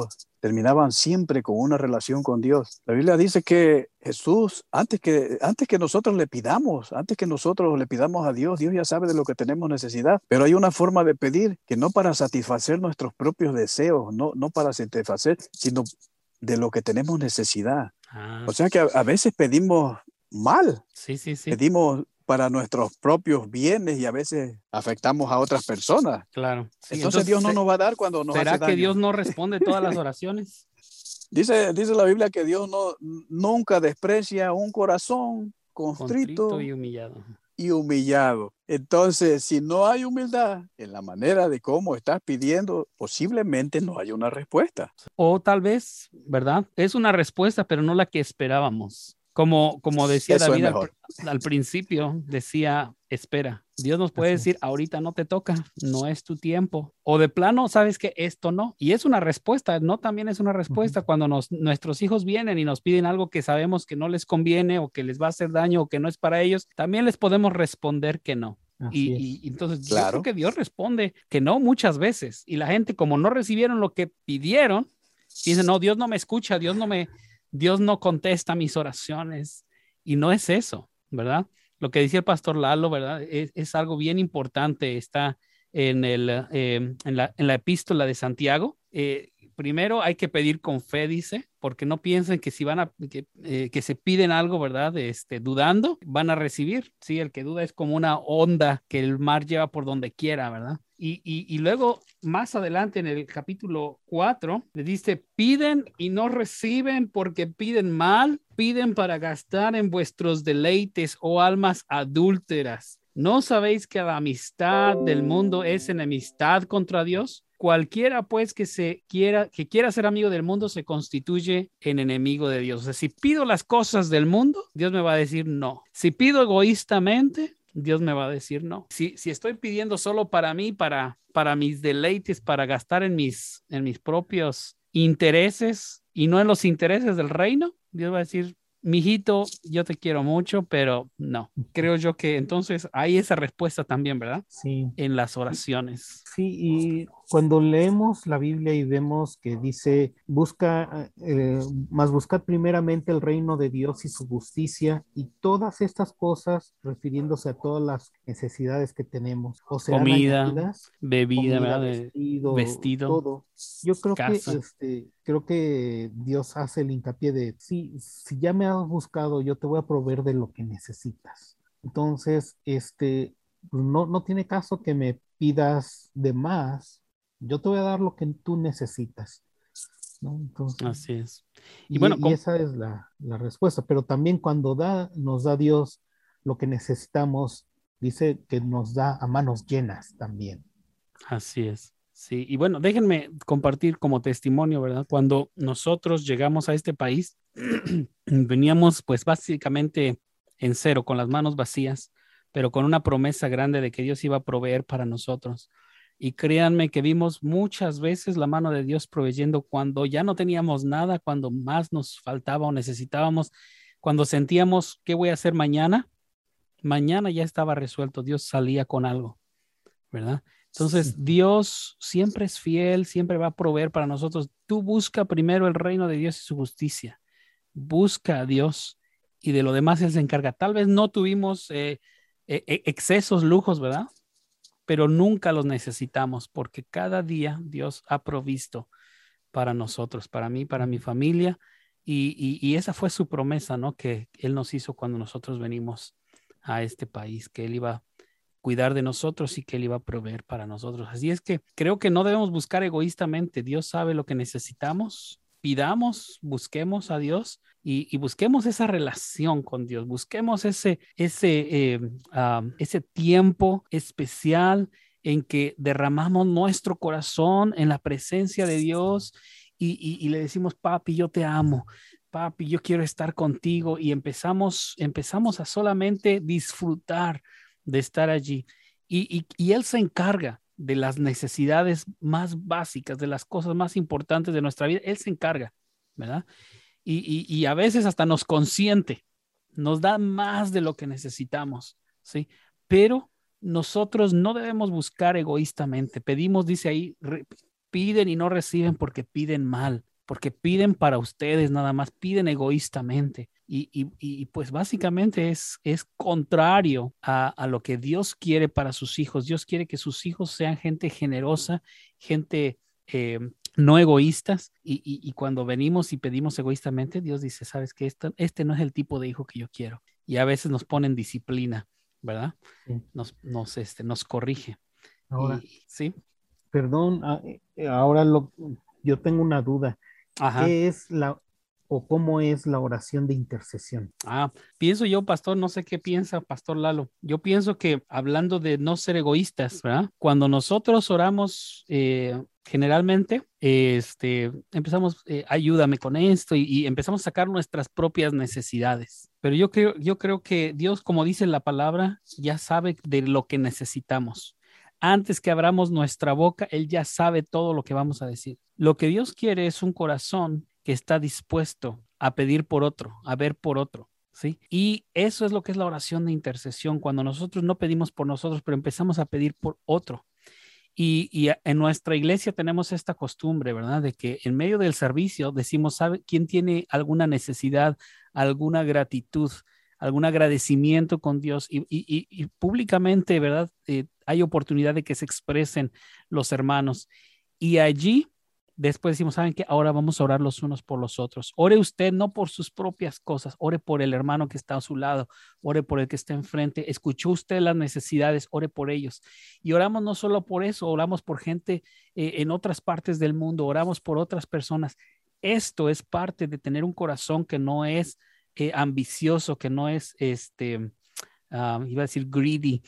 terminaban siempre con una relación con Dios. La Biblia dice que Jesús, antes que, antes que nosotros le pidamos, antes que nosotros le pidamos a Dios, Dios ya sabe de lo que tenemos necesidad, pero hay una forma de pedir que no para satisfacer nuestros propios deseos, no, no para satisfacer, sino de lo que tenemos necesidad. Ah, O sea que a, a veces pedimos mal, sí, sí, sí, pedimos para nuestros propios bienes y a veces afectamos a otras personas. claro. Sí, Entonces, Dios no se- nos va a dar cuando nos ¿será hace que daño. Dios no responde todas las oraciones? Dice, dice la Biblia que Dios no, nunca desprecia un corazón Contrito constrito y humillado. y humillado. Entonces, si no hay humildad en la manera de cómo estás pidiendo, posiblemente no haya una respuesta. O tal vez, ¿verdad? Es una respuesta, pero no la que esperábamos. Como, como decía Eso es David al, mejor. pr- al principio, decía, espera. Dios nos puede Así decir, es. ahorita no te toca, no es tu tiempo. O de plano, sabes que esto no. Y es una respuesta, no también es una respuesta cuando nos, nuestros hijos vienen y nos piden algo que sabemos que no les conviene o que les va a hacer daño o que no es para ellos, también les podemos responder que no. Así Y, es. y- y entonces yo Claro. creo que Dios responde que no muchas veces. Y la gente, como no recibieron lo que pidieron, dicen, no, Dios no me escucha, Dios no me, Dios no contesta mis oraciones. Y no es eso, ¿verdad? Lo que decía el pastor Lalo, ¿verdad? Es, es algo bien importante. Está en, el, eh, en, la, en la epístola de Santiago. Eh, primero hay que pedir con fe, dice, porque no piensen que si van a, que, eh, que se piden algo, ¿verdad? Este, dudando, van a recibir. Sí, el que duda es como una onda que el mar lleva por donde quiera, ¿verdad? Y, y, y luego, más adelante en el capítulo cuatro, le dice, piden y no reciben porque piden mal, piden para gastar en vuestros deleites, oh almas adúlteras. ¿No sabéis que la amistad del mundo es enemistad contra Dios? Cualquiera pues que se quiera, que quiera ser amigo del mundo se constituye en enemigo de Dios. O sea, si pido las cosas del mundo, Dios me va a decir no. Si pido egoístamente, Dios me va a decir no. Si, si estoy pidiendo solo para mí, para, para mis deleites, para gastar en mis, en mis propios intereses y no en los intereses del reino, Dios va a decir, mijito, yo te quiero mucho, pero no. Creo yo que entonces hay esa respuesta también, ¿verdad? Sí. En las oraciones. Sí, y cuando leemos la Biblia y vemos que dice, busca, eh, más buscad primeramente el reino de Dios y su justicia y todas estas cosas, refiriéndose a todas las necesidades que tenemos, o sea, Comida, añadidas, bebida, comida, ¿verdad? vestido, Vestido, todo. Yo creo que, casa. este, creo que Dios hace el hincapié de, sí, si ya me has buscado, yo te voy a proveer de lo que necesitas. Entonces, este, pues no, no tiene caso que me pidas de más, yo te voy a dar lo que tú necesitas, ¿no? Entonces, Así es. Y y, bueno, y com- esa es la, la respuesta, pero también cuando da, nos da Dios lo que necesitamos, dice que nos da a manos llenas también. así es. Sí, y bueno, déjenme compartir como testimonio, ¿verdad? Cuando nosotros llegamos a este país, veníamos pues básicamente en cero, con las manos vacías, pero con una promesa grande de que Dios iba a proveer para nosotros. Y créanme que vimos muchas veces la mano de Dios proveyendo cuando ya no teníamos nada, cuando más nos faltaba o necesitábamos, cuando sentíamos, ¿qué voy a hacer mañana? Mañana ya estaba resuelto, Dios salía con algo, ¿verdad? Entonces, Sí. Dios siempre es fiel, siempre va a proveer para nosotros. Tú busca primero el reino de Dios y su justicia. Busca a Dios y de lo demás Él se encarga. Tal vez no tuvimos eh, eh, excesos, lujos, ¿verdad? Pero nunca los necesitamos porque cada día Dios ha provisto para nosotros, para mí, para mi familia. Y, y, y esa fue su promesa, ¿no? Que Él nos hizo cuando nosotros venimos a este país, que Él iba a cuidar de nosotros y que Él iba a proveer para nosotros. Así es que creo que no debemos buscar egoístamente. Dios sabe lo que necesitamos. Pidamos, busquemos a Dios y, y busquemos esa relación con Dios. Busquemos ese, ese, eh, uh, ese tiempo especial en que derramamos nuestro corazón en la presencia de Dios y, y, y le decimos, papi, yo te amo. Papi, yo quiero estar contigo. Y empezamos, empezamos a solamente disfrutar de estar allí. Y, y, y Él se encarga de las necesidades más básicas, de las cosas más importantes de nuestra vida. Él se encarga, ¿verdad? Y, y, y a veces hasta nos consiente, nos da más de lo que necesitamos, ¿sí? Pero nosotros no debemos buscar egoístamente. Pedimos, dice ahí, re, piden y no reciben porque piden mal. porque piden para ustedes nada más, piden egoístamente. Y, y, y pues básicamente es, es contrario a, a lo que Dios quiere para sus hijos. Dios quiere que sus hijos sean gente generosa, gente eh, no egoístas. Y, y, y cuando venimos y pedimos egoístamente, Dios dice, ¿sabes qué? Este, este no es el tipo de hijo que yo quiero. Y a veces nos ponen disciplina, ¿verdad? Sí. Nos, nos, este, nos corrige. Ahora, Y, ¿sí? perdón, ah, eh, ahora lo, yo tengo una duda. Ajá. ¿Qué es la o cómo es la oración de intercesión? Ah, pienso yo, pastor, no sé qué piensa Pastor Lalo. Yo pienso que hablando de no ser egoístas, ¿verdad? Cuando nosotros oramos, eh, generalmente, eh, este, empezamos, eh, ayúdame con esto y, y empezamos a sacar nuestras propias necesidades. Pero yo creo, yo creo que Dios, como dice la palabra, ya sabe de lo que necesitamos. Antes que abramos nuestra boca, Él ya sabe todo lo que vamos a decir. Lo que Dios quiere es un corazón que está dispuesto a pedir por otro, a ver por otro, ¿sí? Y eso es lo que es la oración de intercesión, cuando nosotros no pedimos por nosotros, pero empezamos a pedir por otro. Y, y en nuestra iglesia tenemos esta costumbre, ¿verdad? De que en medio del servicio decimos, ¿sabe quién tiene alguna necesidad, alguna gratitud, algún agradecimiento con Dios? Y, y, y públicamente, ¿verdad? Eh, hay oportunidad de que se expresen los hermanos. Y allí después decimos, ¿saben qué? Ahora vamos a orar los unos por los otros. Ore usted no por sus propias cosas, ore por el hermano que está a su lado, ore por el que está enfrente. Escuchó usted las necesidades, ore por ellos. Y oramos no solo por eso, oramos por gente eh, en otras partes del mundo, oramos por otras personas. Esto es parte de tener un corazón que no es eh, ambicioso, que no es, este, uh, iba a decir greedy,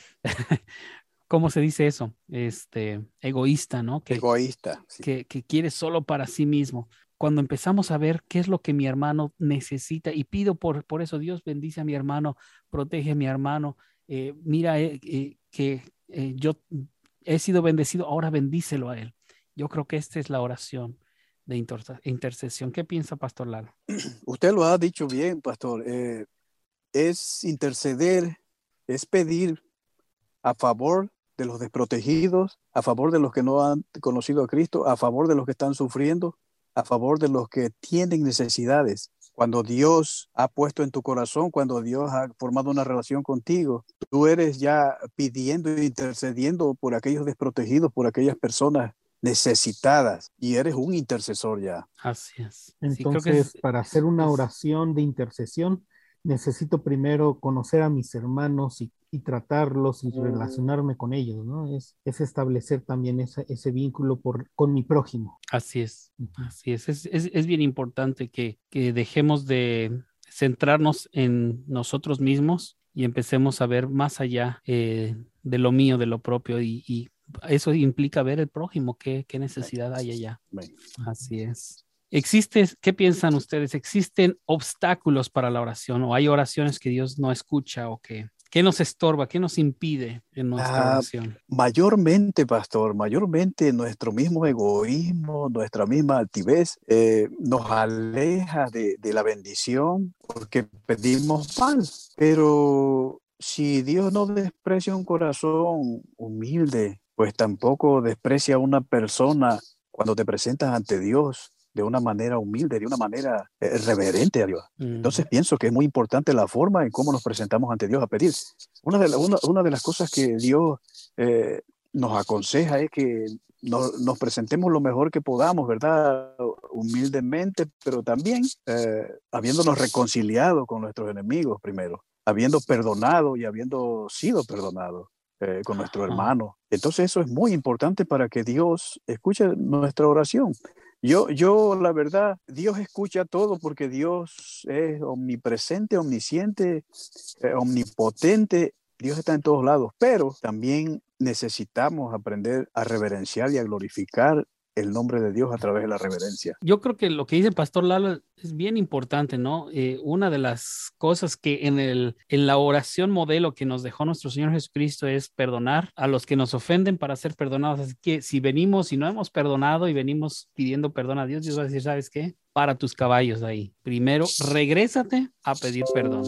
¿cómo se dice eso? Este, egoísta, ¿no? Que, Egoísta. Sí. que, que quiere solo para sí mismo. Cuando empezamos a ver qué es lo que mi hermano necesita y pido por, por eso, Dios bendice a mi hermano, protege a mi hermano, eh, mira eh, eh, que eh, yo he sido bendecido, ahora bendícelo a él. Yo creo que esta es la oración de inter- intercesión. ¿Qué piensa, Pastor Lalo? Usted lo ha dicho bien, pastor. Eh, es interceder, es pedir a favor de los desprotegidos, a favor de los que no han conocido a Cristo, a favor de los que están sufriendo, a favor de los que tienen necesidades. Cuando Dios ha puesto en tu corazón, cuando Dios ha formado una relación contigo, tú eres ya pidiendo e intercediendo por aquellos desprotegidos, por aquellas personas necesitadas, y eres un intercesor ya. Así es. Entonces, sí, creo que es, para hacer una es, oración de intercesión, necesito primero conocer a mis hermanos y, y tratarlos y relacionarme con ellos, ¿no? Es, es establecer también ese, ese vínculo por, con mi prójimo. Así es, Uh-huh. así es. Es, es, es bien importante que, que dejemos de centrarnos en nosotros mismos y empecemos a ver más allá eh, de lo mío, de lo propio, y, y eso implica ver el prójimo, qué, qué necesidad hay allá. Así es. ¿Existe, qué piensan ustedes? ¿Existen obstáculos para la oración o hay oraciones que Dios no escucha o que, qué nos estorba, qué nos impide en nuestra Ah, oración? mayormente, pastor, mayormente nuestro mismo egoísmo, nuestra misma altivez eh, nos aleja de, de la bendición porque pedimos mal. Pero si Dios no desprecia un corazón humilde, pues tampoco desprecia a una persona cuando te presentas ante Dios de una manera humilde, de una manera eh, reverente a Dios. Entonces Mm. pienso que es muy importante la forma en cómo nos presentamos ante Dios a pedir. Una de, la, una, una de las cosas que Dios eh, nos aconseja es que no, nos presentemos lo mejor que podamos, ¿verdad? Humildemente, pero también eh, habiéndonos reconciliado con nuestros enemigos primero, habiendo perdonado y habiendo sido perdonados eh, con nuestro Ajá. hermano. Entonces eso es muy importante para que Dios escuche nuestra oración. Yo, yo, la verdad, Dios escucha todo porque Dios es omnipresente, omnisciente, eh, omnipotente. Dios está en todos lados, pero también necesitamos aprender a reverenciar y a glorificar el nombre de Dios a través de la reverencia. Yo creo que lo que dice el Pastor Lalo es bien importante, ¿no? Eh, una de las cosas que en, el, en la oración modelo que nos dejó nuestro Señor Jesucristo es perdonar a los que nos ofenden para ser perdonados. Así que si venimos y no hemos perdonado y venimos pidiendo perdón a Dios, Dios va a decir, ¿sabes qué? Para tus caballos ahí. Primero, regrésate a pedir perdón.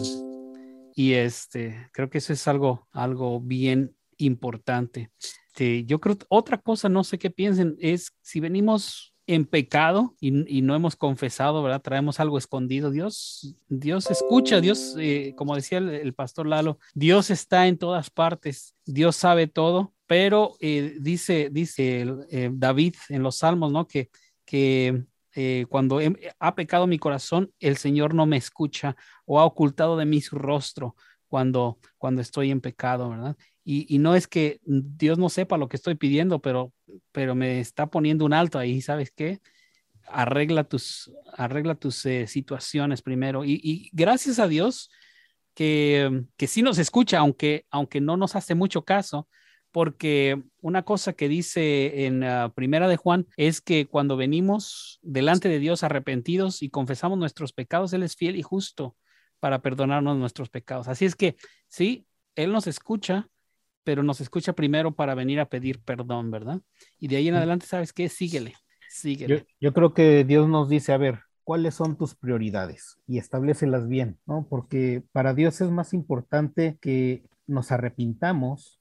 Y este, creo que eso es algo, algo bien importante. Este, yo creo que otra cosa, no sé qué piensen, es si venimos en pecado y, y no hemos confesado, ¿verdad? Traemos algo escondido. Dios, Dios escucha, Dios, eh, como decía el, el pastor Lalo, Dios está en todas partes, Dios sabe todo, pero eh, dice, dice eh, David en los Salmos, ¿no? Que, que eh, cuando he, ha pecado mi corazón, el Señor no me escucha o ha ocultado de mí su rostro cuando, cuando estoy en pecado, ¿verdad? Y, y no es que Dios no sepa lo que estoy pidiendo, pero, pero me está poniendo un alto ahí, ¿sabes qué? Arregla tus, arregla tus eh, situaciones primero. Y, y gracias a Dios que, que sí nos escucha, aunque, aunque no nos hace mucho caso, porque una cosa que dice en uh, Primera de Juan es que cuando venimos delante de Dios arrepentidos y confesamos nuestros pecados, Él es fiel y justo para perdonarnos nuestros pecados. Así es que sí, Él nos escucha, pero nos escucha primero para venir a pedir perdón, ¿verdad? Y de ahí en adelante, ¿sabes qué? Síguele, síguele. Yo, yo creo que Dios nos dice, a ver, ¿cuáles son tus prioridades? Y establécelas bien, ¿no? Porque para Dios es más importante que nos arrepintamos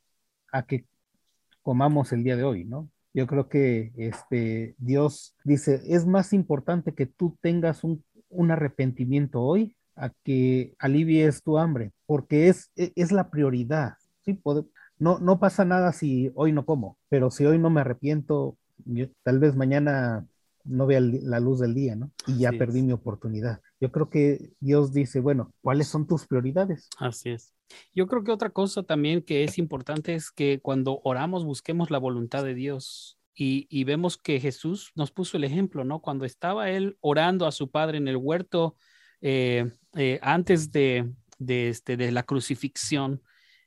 a que comamos el día de hoy, ¿no? Yo creo que este, Dios dice, es más importante que tú tengas un, un arrepentimiento hoy a que alivies tu hambre, porque es, es la prioridad, ¿sí? Pode, no, no pasa nada si hoy no como, pero si hoy no me arrepiento, yo, tal vez mañana no vea la luz del día, ¿no? Y ya Así perdí es. mi oportunidad. Yo creo que Dios dice, bueno, ¿cuáles son tus prioridades? Así es. Yo creo que otra cosa también que es importante es que cuando oramos busquemos la voluntad de Dios y, y vemos que Jesús nos puso el ejemplo, ¿no? Cuando estaba él orando a su Padre en el huerto eh, eh, antes de, de, este, de la crucifixión,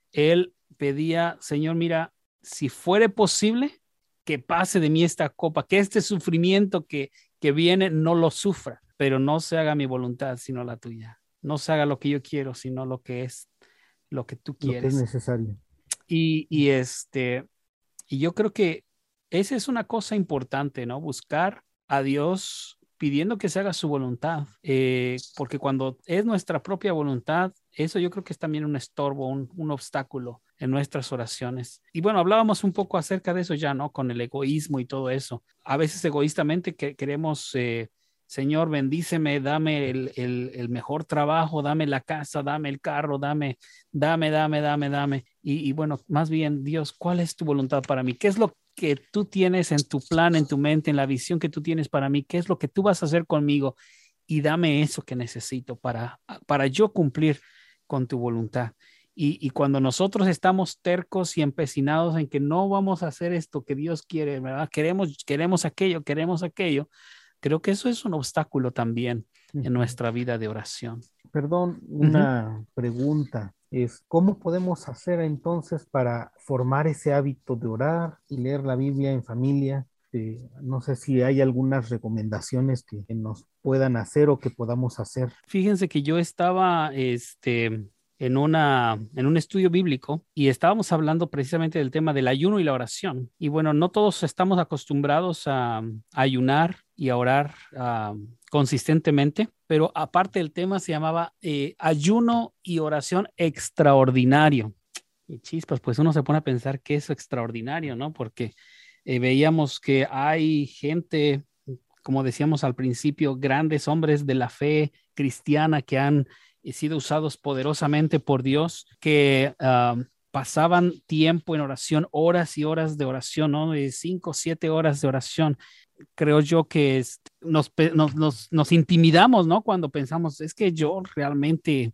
él pedía, Señor, mira, si fuere posible, que pase de mí esta copa, que este sufrimiento que, que viene no lo sufra, pero no se haga mi voluntad, sino la tuya. No se haga lo que yo quiero, sino lo que es, lo que tú Lo que es quieres. necesario. Y, y este, y yo creo que esa es una cosa importante, ¿no? Buscar a Dios pidiendo que se haga su voluntad, eh, porque cuando es nuestra propia voluntad, eso yo creo que es también un estorbo, un, un obstáculo en nuestras oraciones. Y bueno, hablábamos un poco acerca de eso ya, ¿no? Con el egoísmo y todo eso. A veces egoístamente que queremos, eh, Señor, bendíceme, dame el, el, el mejor trabajo, dame la casa, dame el carro, dame, dame, dame, dame, dame. Y, y bueno, más bien, Dios, ¿cuál es tu voluntad para mí? ¿Qué es lo que tú tienes en tu plan, en tu mente, en la visión que tú tienes para mí? ¿Qué es lo que tú vas a hacer conmigo? Y dame eso que necesito para, para yo cumplir con tu voluntad. Y, y cuando nosotros estamos tercos y empecinados en que no vamos a hacer esto que Dios quiere, ¿verdad? Queremos, queremos aquello, queremos aquello. Creo que eso es un obstáculo también en nuestra vida de oración. Perdón, una uh-huh. pregunta es, ¿cómo podemos hacer entonces para formar ese hábito de orar y leer la Biblia en familia? Eh, no sé si hay algunas recomendaciones que, que nos puedan hacer o que podamos hacer. Fíjense que yo estaba este, en, una, en un estudio bíblico y estábamos hablando precisamente del tema del ayuno y la oración. Y bueno, no todos estamos acostumbrados a, a ayunar y a orar uh, consistentemente, pero aparte el tema se llamaba eh, ayuno y oración extraordinario. Y chispas, pues uno se pone a pensar qué es extraordinario, ¿no? Porque eh, veíamos que hay gente, como decíamos al principio, grandes hombres de la fe cristiana que han sido usados poderosamente por Dios, que uh, pasaban tiempo en oración, horas y horas de oración, ¿no? De cinco, siete horas de oración. Creo yo que es, nos, nos, nos, nos intimidamos, ¿no? Cuando pensamos, es que yo realmente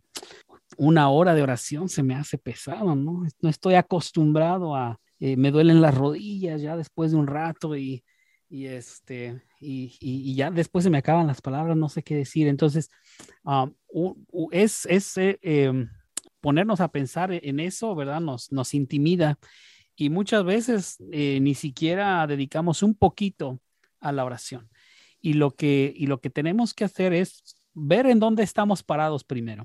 una hora de oración se me hace pesado, ¿no? No estoy acostumbrado a, eh, me duelen las rodillas ya después de un rato y, y, este, y, y, y ya después se me acaban las palabras, no sé qué decir. Entonces, um, uh, uh, es, es eh, eh, ponernos a pensar en eso, ¿verdad? Nos, nos intimida y muchas veces eh, ni siquiera dedicamos un poquito a la oración. Y lo que, y lo que tenemos que hacer es ver en dónde estamos parados primero.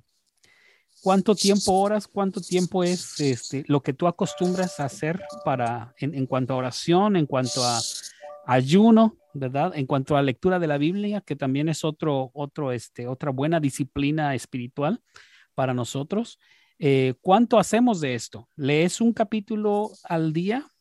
¿Cuánto tiempo oras? ¿Cuánto tiempo es este, lo que tú acostumbras a hacer para, en, en cuanto a oración, en cuanto a ayuno, ¿verdad? En cuanto a lectura de la Biblia, que también es otro, otro, este, otra buena disciplina espiritual para nosotros. Eh, ¿Cuánto hacemos de esto? ¿Lees un capítulo al día?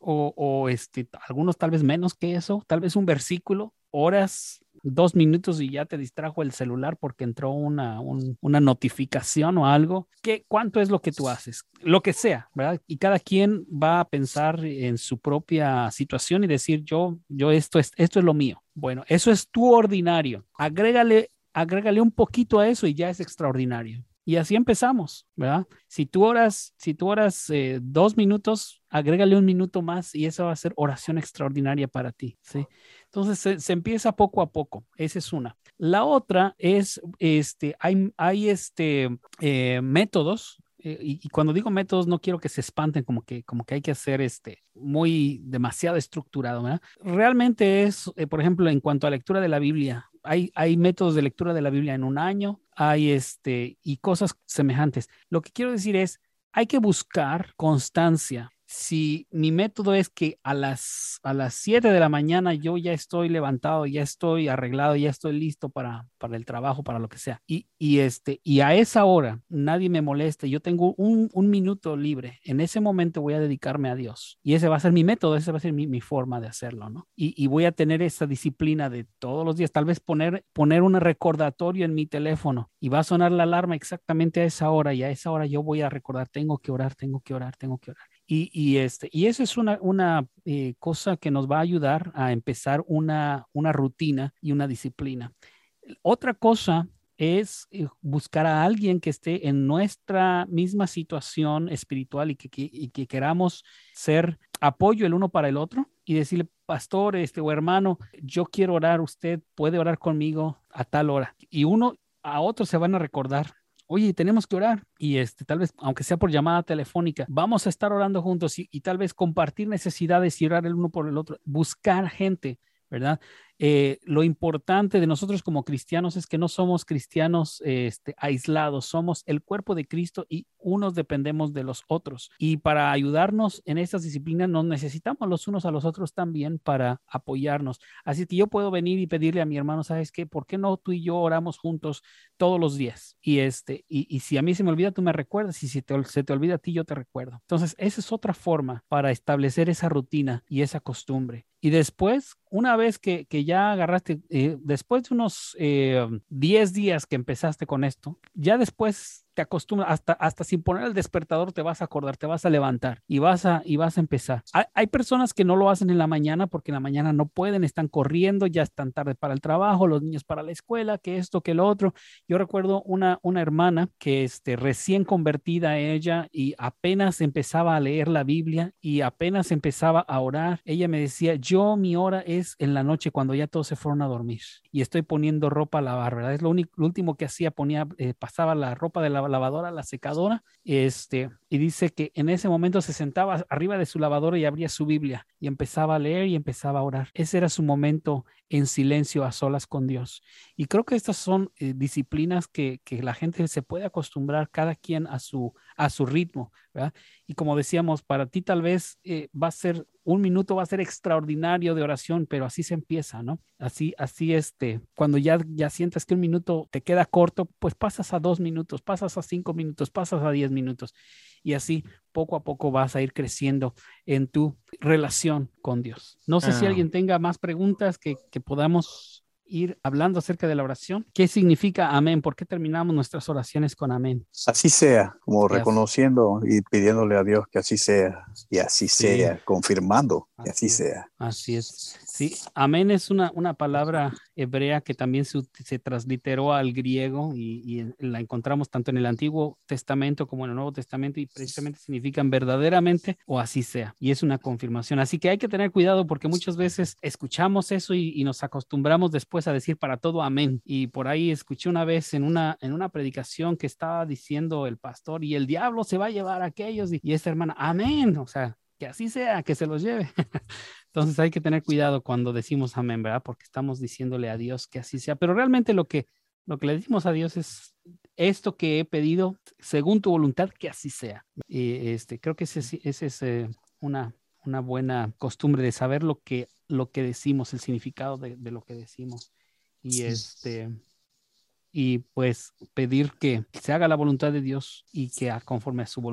o, o este, algunos tal vez menos que eso, tal vez un versículo, horas, dos minutos y ya te distrajo el celular porque entró una, un- una notificación o algo. ¿Qué, cuánto es lo que tú haces? Lo que sea, ¿verdad? Y cada quien va a pensar en su propia situación y decir, yo, yo esto es, esto es lo mío. Bueno, eso es tu ordinario. Agrégale, agrégale un poquito a eso y ya es extraordinario. Y así empezamos, ¿verdad? Si tú oras, si tú oras eh, dos minutos, agrégale un minuto más y eso va a ser oración extraordinaria para ti, ¿sí? Entonces se, se empieza poco a poco. Esa es una. La otra es, este, hay, hay este, eh, métodos. eh, Y, y cuando digo métodos, no quiero que se espanten como que, como que hay que hacer este muy demasiado estructurado, ¿verdad? Realmente es, eh, por ejemplo, en cuanto a lectura de la Biblia, hay, hay métodos de lectura de la Biblia en un año, hay este, y cosas semejantes. Lo que quiero decir es, hay que buscar constancia. Si mi método es que a las, a las siete de la mañana yo ya estoy levantado, ya estoy arreglado, ya estoy listo para, para el trabajo, para lo que sea. Y, y, este, y a esa hora nadie me molesta, yo tengo un, un minuto libre. En ese momento voy a dedicarme a Dios. Y ese va a ser mi método, esa va a ser mi, mi forma de hacerlo, ¿no? Y, y voy a tener esa disciplina de todos los días, tal vez poner, poner un recordatorio en mi teléfono y va a sonar la alarma exactamente a esa hora y a esa hora yo voy a recordar, tengo que orar, tengo que orar, tengo que orar. Y, y, este, y eso es una, una eh, cosa que nos va a ayudar a empezar una, una rutina y una disciplina. Otra cosa es eh, buscar a alguien que esté en nuestra misma situación espiritual y que, que, y que queramos ser apoyo el uno para el otro y decirle, pastor este, o hermano, yo quiero orar, usted puede orar conmigo a tal hora. Y uno a otro se van a recordar. Oye, tenemos que orar y este, tal vez, aunque sea por llamada telefónica, vamos a estar orando juntos y, y tal vez compartir necesidades y orar el uno por el otro, buscar gente, ¿verdad? Eh, lo importante de nosotros como cristianos es que no somos cristianos eh, este, aislados, somos el cuerpo de Cristo y unos dependemos de los otros. Y para ayudarnos en estas disciplinas nos necesitamos los unos a los otros también para apoyarnos. Así que yo puedo venir y pedirle a mi hermano, ¿sabes qué? ¿Por qué no tú y yo oramos juntos todos los días? Y, este, y, y si a mí se me olvida, tú me recuerdas y si te, se te olvida a ti, yo te recuerdo. Entonces, esa es otra forma para establecer esa rutina y esa costumbre. Y después, una vez que, que ya agarraste, eh, después de unos eh, diez días que empezaste con esto, ya después te acostumbras, hasta, hasta sin poner el despertador te vas a acordar, te vas a levantar y vas a, y vas a empezar. Hay, hay personas que no lo hacen en la mañana porque en la mañana no pueden, están corriendo, ya están tarde para el trabajo, los niños para la escuela, que esto, que lo otro. Yo recuerdo una, una hermana que este, recién convertida ella y apenas empezaba a leer la Biblia y apenas empezaba a orar. Ella me decía, yo mi hora es en la noche cuando ya todos se fueron a dormir y estoy poniendo ropa a lavar, ¿verdad? Es lo único, lo último que hacía, ponía, eh, pasaba la ropa de la lavadora a la secadora, este, y dice que en ese momento se sentaba arriba de su lavadora y abría su Biblia y empezaba a leer y empezaba a orar. Ese era su momento en silencio, a solas con Dios. Y creo que estas son eh, disciplinas que, que la gente se puede acostumbrar cada quien a su, a su ritmo, ¿verdad? Y como decíamos, para ti tal vez eh, va a ser un minuto, va a ser extraordinario de oración, pero así se empieza, ¿no? Así, así este, cuando ya, ya sientas que un minuto te queda corto, pues pasas a dos minutos, pasas a cinco minutos, pasas a diez minutos y así poco a poco vas a ir creciendo en tu relación con Dios. No sé si Ah, alguien tenga más preguntas que, que podamos ir hablando acerca de la oración. ¿Qué significa amén? ¿Por qué terminamos nuestras oraciones con amén? Así sea, como Yes. reconociendo y pidiéndole a Dios que así sea, y así Sí. sea, confirmando que Así así es. sea. Así es. Sí, amén es una, una palabra hebrea que también se, se transliteró al griego y, y la encontramos tanto en el Antiguo Testamento como en el Nuevo Testamento y precisamente significan verdaderamente o así sea. Y es una confirmación. Así que hay que tener cuidado porque muchas veces escuchamos eso y, y nos acostumbramos después a decir para todo amén. Y por ahí escuché una vez en una, en una predicación que estaba diciendo el pastor y el diablo se va a llevar a aquellos y, y esta hermana, amén. O sea, que así sea, que se los lleve. Entonces hay que tener cuidado cuando decimos amén, ¿verdad? Porque estamos diciéndole a Dios que así sea. Pero realmente lo que, lo que le decimos a Dios es esto que he pedido, según tu voluntad, que así sea. Y este, creo que ese, ese es eh, una, una buena costumbre de saber lo que, lo que decimos, el significado de, de lo que decimos. Y este... y pues pedir que se haga la voluntad de Dios y que conforme a su voluntad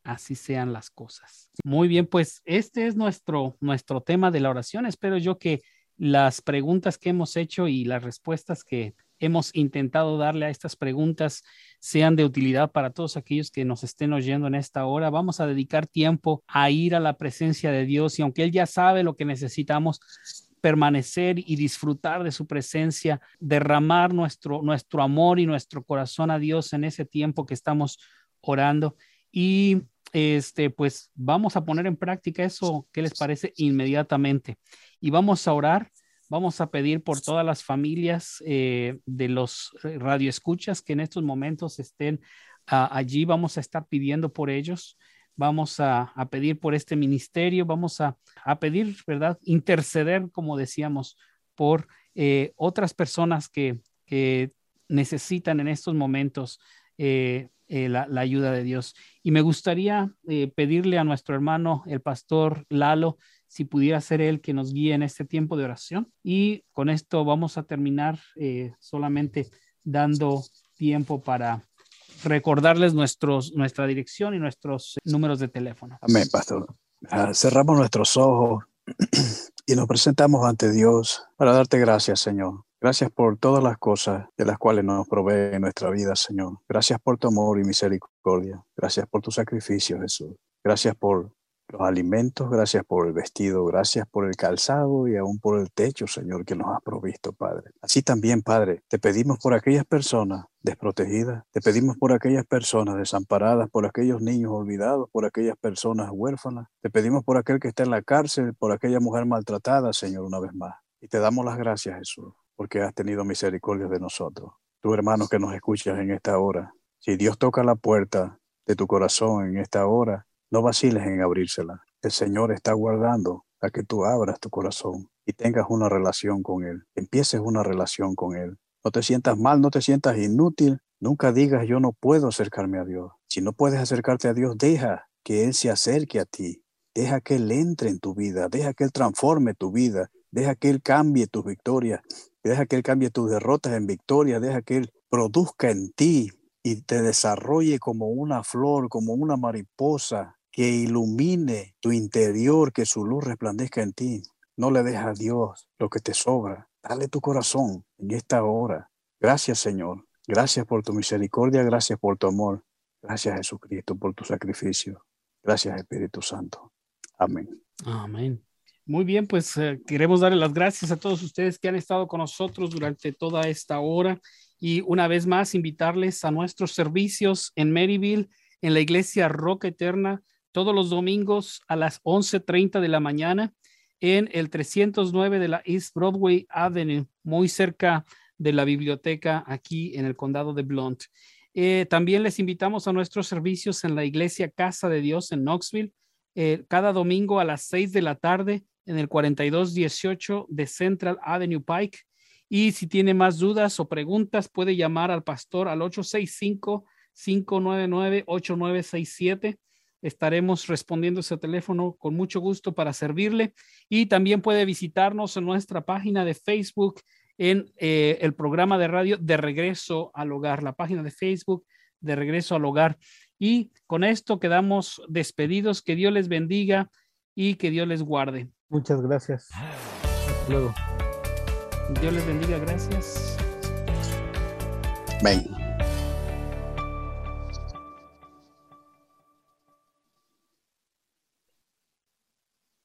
así sean las cosas. Muy bien, pues este es nuestro, nuestro tema de la oración. Espero yo que las preguntas que hemos hecho y las respuestas que hemos intentado darle a estas preguntas sean de utilidad para todos aquellos que nos estén oyendo en esta hora. Vamos a dedicar tiempo a ir a la presencia de Dios, y aunque Él ya sabe lo que necesitamos, permanecer y disfrutar de su presencia, derramar nuestro, nuestro amor y nuestro corazón a Dios en ese tiempo que estamos orando. Y este, pues vamos a poner en práctica eso. ¿Qué les parece? Inmediatamente. Y vamos a orar. Vamos a pedir por todas las familias eh, de los radioescuchas que en estos momentos estén uh, allí. Vamos a estar pidiendo por ellos. Vamos a, a pedir por este ministerio. Vamos a, a pedir, ¿verdad? Interceder, como decíamos, por eh, otras personas que, que necesitan en estos momentos eh, eh, la, la ayuda de Dios. Y me gustaría eh, pedirle a nuestro hermano, el pastor Lalo, si pudiera ser él que nos guíe en este tiempo de oración. Y con esto vamos a terminar eh, solamente dando tiempo para recordarles nuestros, nuestra dirección y nuestros números de teléfono. Amén, pastor. Uh, cerramos nuestros ojos y nos presentamos ante Dios para darte gracias, Señor. Gracias por todas las cosas de las cuales nos provee en nuestra vida, Señor. Gracias por tu amor y misericordia. Gracias por tu sacrificio, Jesús. Gracias por los alimentos, gracias por el vestido, gracias por el calzado y aún por el techo, Señor, que nos has provisto, Padre. Así también, Padre, te pedimos por aquellas personas desprotegidas, te pedimos por aquellas personas desamparadas, por aquellos niños olvidados, por aquellas personas huérfanas, te pedimos por aquel que está en la cárcel, por aquella mujer maltratada, Señor, una vez más. Y te damos las gracias, Jesús, porque has tenido misericordia de nosotros. Tú, hermano, que nos escuchas en esta hora, si Dios toca la puerta de tu corazón en esta hora, no vaciles en abrírsela. El Señor está guardando a que tú abras tu corazón y tengas una relación con Él. Empieces una relación con Él. No te sientas mal, no te sientas inútil. Nunca digas yo no puedo acercarme a Dios. Si no puedes acercarte a Dios, deja que Él se acerque a ti. Deja que Él entre en tu vida. Deja que Él transforme tu vida. Deja que Él cambie tus victorias. Deja que Él cambie tus derrotas en victorias. Deja que Él produzca en ti y te desarrolle como una flor, como una mariposa, que ilumine tu interior, que su luz resplandezca en ti. No le dejes a Dios lo que te sobra. Dale tu corazón en esta hora. Gracias, Señor. Gracias por tu misericordia. Gracias por tu amor. Gracias, Jesucristo, por tu sacrificio. Gracias, Espíritu Santo. Amén. Amén. Muy bien, pues eh, queremos darle las gracias a todos ustedes que han estado con nosotros durante toda esta hora. Y una vez más, invitarles a nuestros servicios en Maryville, en la iglesia Roca Eterna, todos los domingos a las once treinta de la mañana en el trescientos nueve de la East Broadway Avenue, muy cerca de la biblioteca aquí en el condado de Blount. Eh, también les invitamos a nuestros servicios en la iglesia Casa de Dios en Knoxville, eh, cada domingo a las seis de la tarde en el cuarenta y dos dieciocho de Central Avenue Pike. Y si tiene más dudas o preguntas, puede llamar al pastor al ocho seis cinco, cinco nueve nueve, ocho nueve seis siete. Estaremos respondiendo ese teléfono con mucho gusto para servirle. Y también puede visitarnos en nuestra página de Facebook en eh, el programa de radio De Regreso al Hogar, la página de Facebook De Regreso al Hogar. Y con esto quedamos despedidos. Que Dios les bendiga y que Dios les guarde. Muchas gracias. Hasta luego. Dios les bendiga. Gracias. Amén.